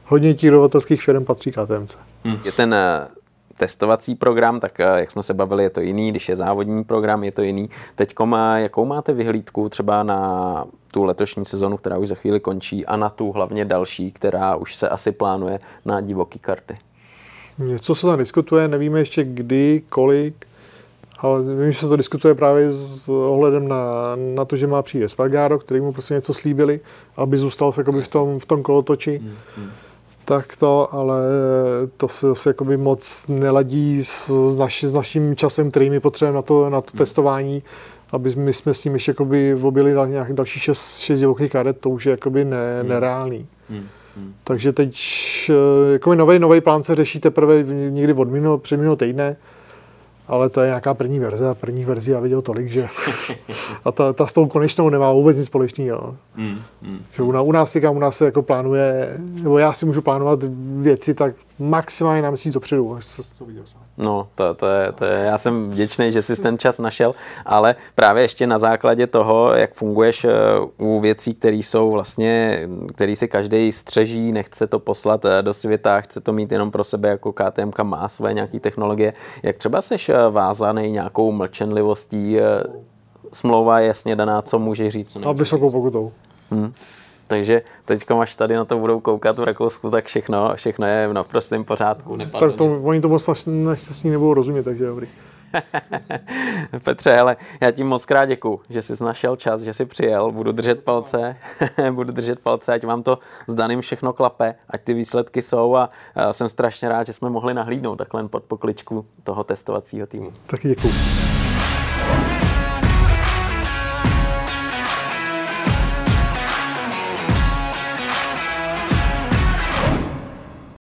hodně tírovatelských firm patří K T M C. Hmm. Je ten testovací program, tak jak jsme se bavili, je to jiný, když je závodní program, je to jiný. Teďkom, jakou máte vyhlídku třeba na tu letošní sezonu, která už za chvíli končí, a na tu hlavně další, která už se asi plánuje na divoký karty? Něco se tam diskutuje, nevíme ještě kdy, kolik, ale vím, že se to diskutuje právě s ohledem na, na to, že má přijít Espargaro, který mu prostě něco slíbili, aby zůstal v, v, tom, v tom kolotoči. Hmm, hmm. Tak to, ale to se zase jakoby moc neladí s, naši, s naším časem, který my potřebujeme na to, na to hmm. testování, aby my jsme s ním ještě jakoby objeli nějakých další šest, šest divokých karet, to už je jakoby ne, hmm. nereálný. Hmm. Hmm. Takže teď jakoby nový, nový plán se řeší teprve někdy od minulého, před minulého týdne, ale to je nějaká první verze a první verzi já viděl tolik, že a ta, ta s tou konečnou nemá vůbec nic společného. Mm, mm, že u, u nás, říkám, u nás se jako plánuje, nebo já si můžu plánovat věci tak maximálně na měsíc dopředu, až to, to viděl sám. No, to, to, je, to je, já jsem vděčný, že jsi ten čas našel, ale právě ještě na základě toho, jak funguješ u věcí, které jsou vlastně, který si každý střeží, nechce to poslat do světa, chce to mít jenom pro sebe, jako K T M ka má své nějaké technologie, jak třeba seš vázaný nějakou mlčenlivostí, smlouva je jasně daná, co může říct. A vysokou pokutou. Hmm. Takže teď, až tady na to budou koukat v Rakousku, tak všechno, všechno je v naprostém pořádku. Tak to, oni to moc naštěstí nebudou rozumět, takže dobrý. Petře, hele, já ti moc krát děkuju, že jsi našel čas, že jsi přijel, budu držet palce, budu držet palce, ať vám to s Danem všechno klape, ať ty výsledky jsou, a jsem strašně rád, že jsme mohli nahlídnout takhle pod pokličku toho testovacího týmu. Taky děkuju.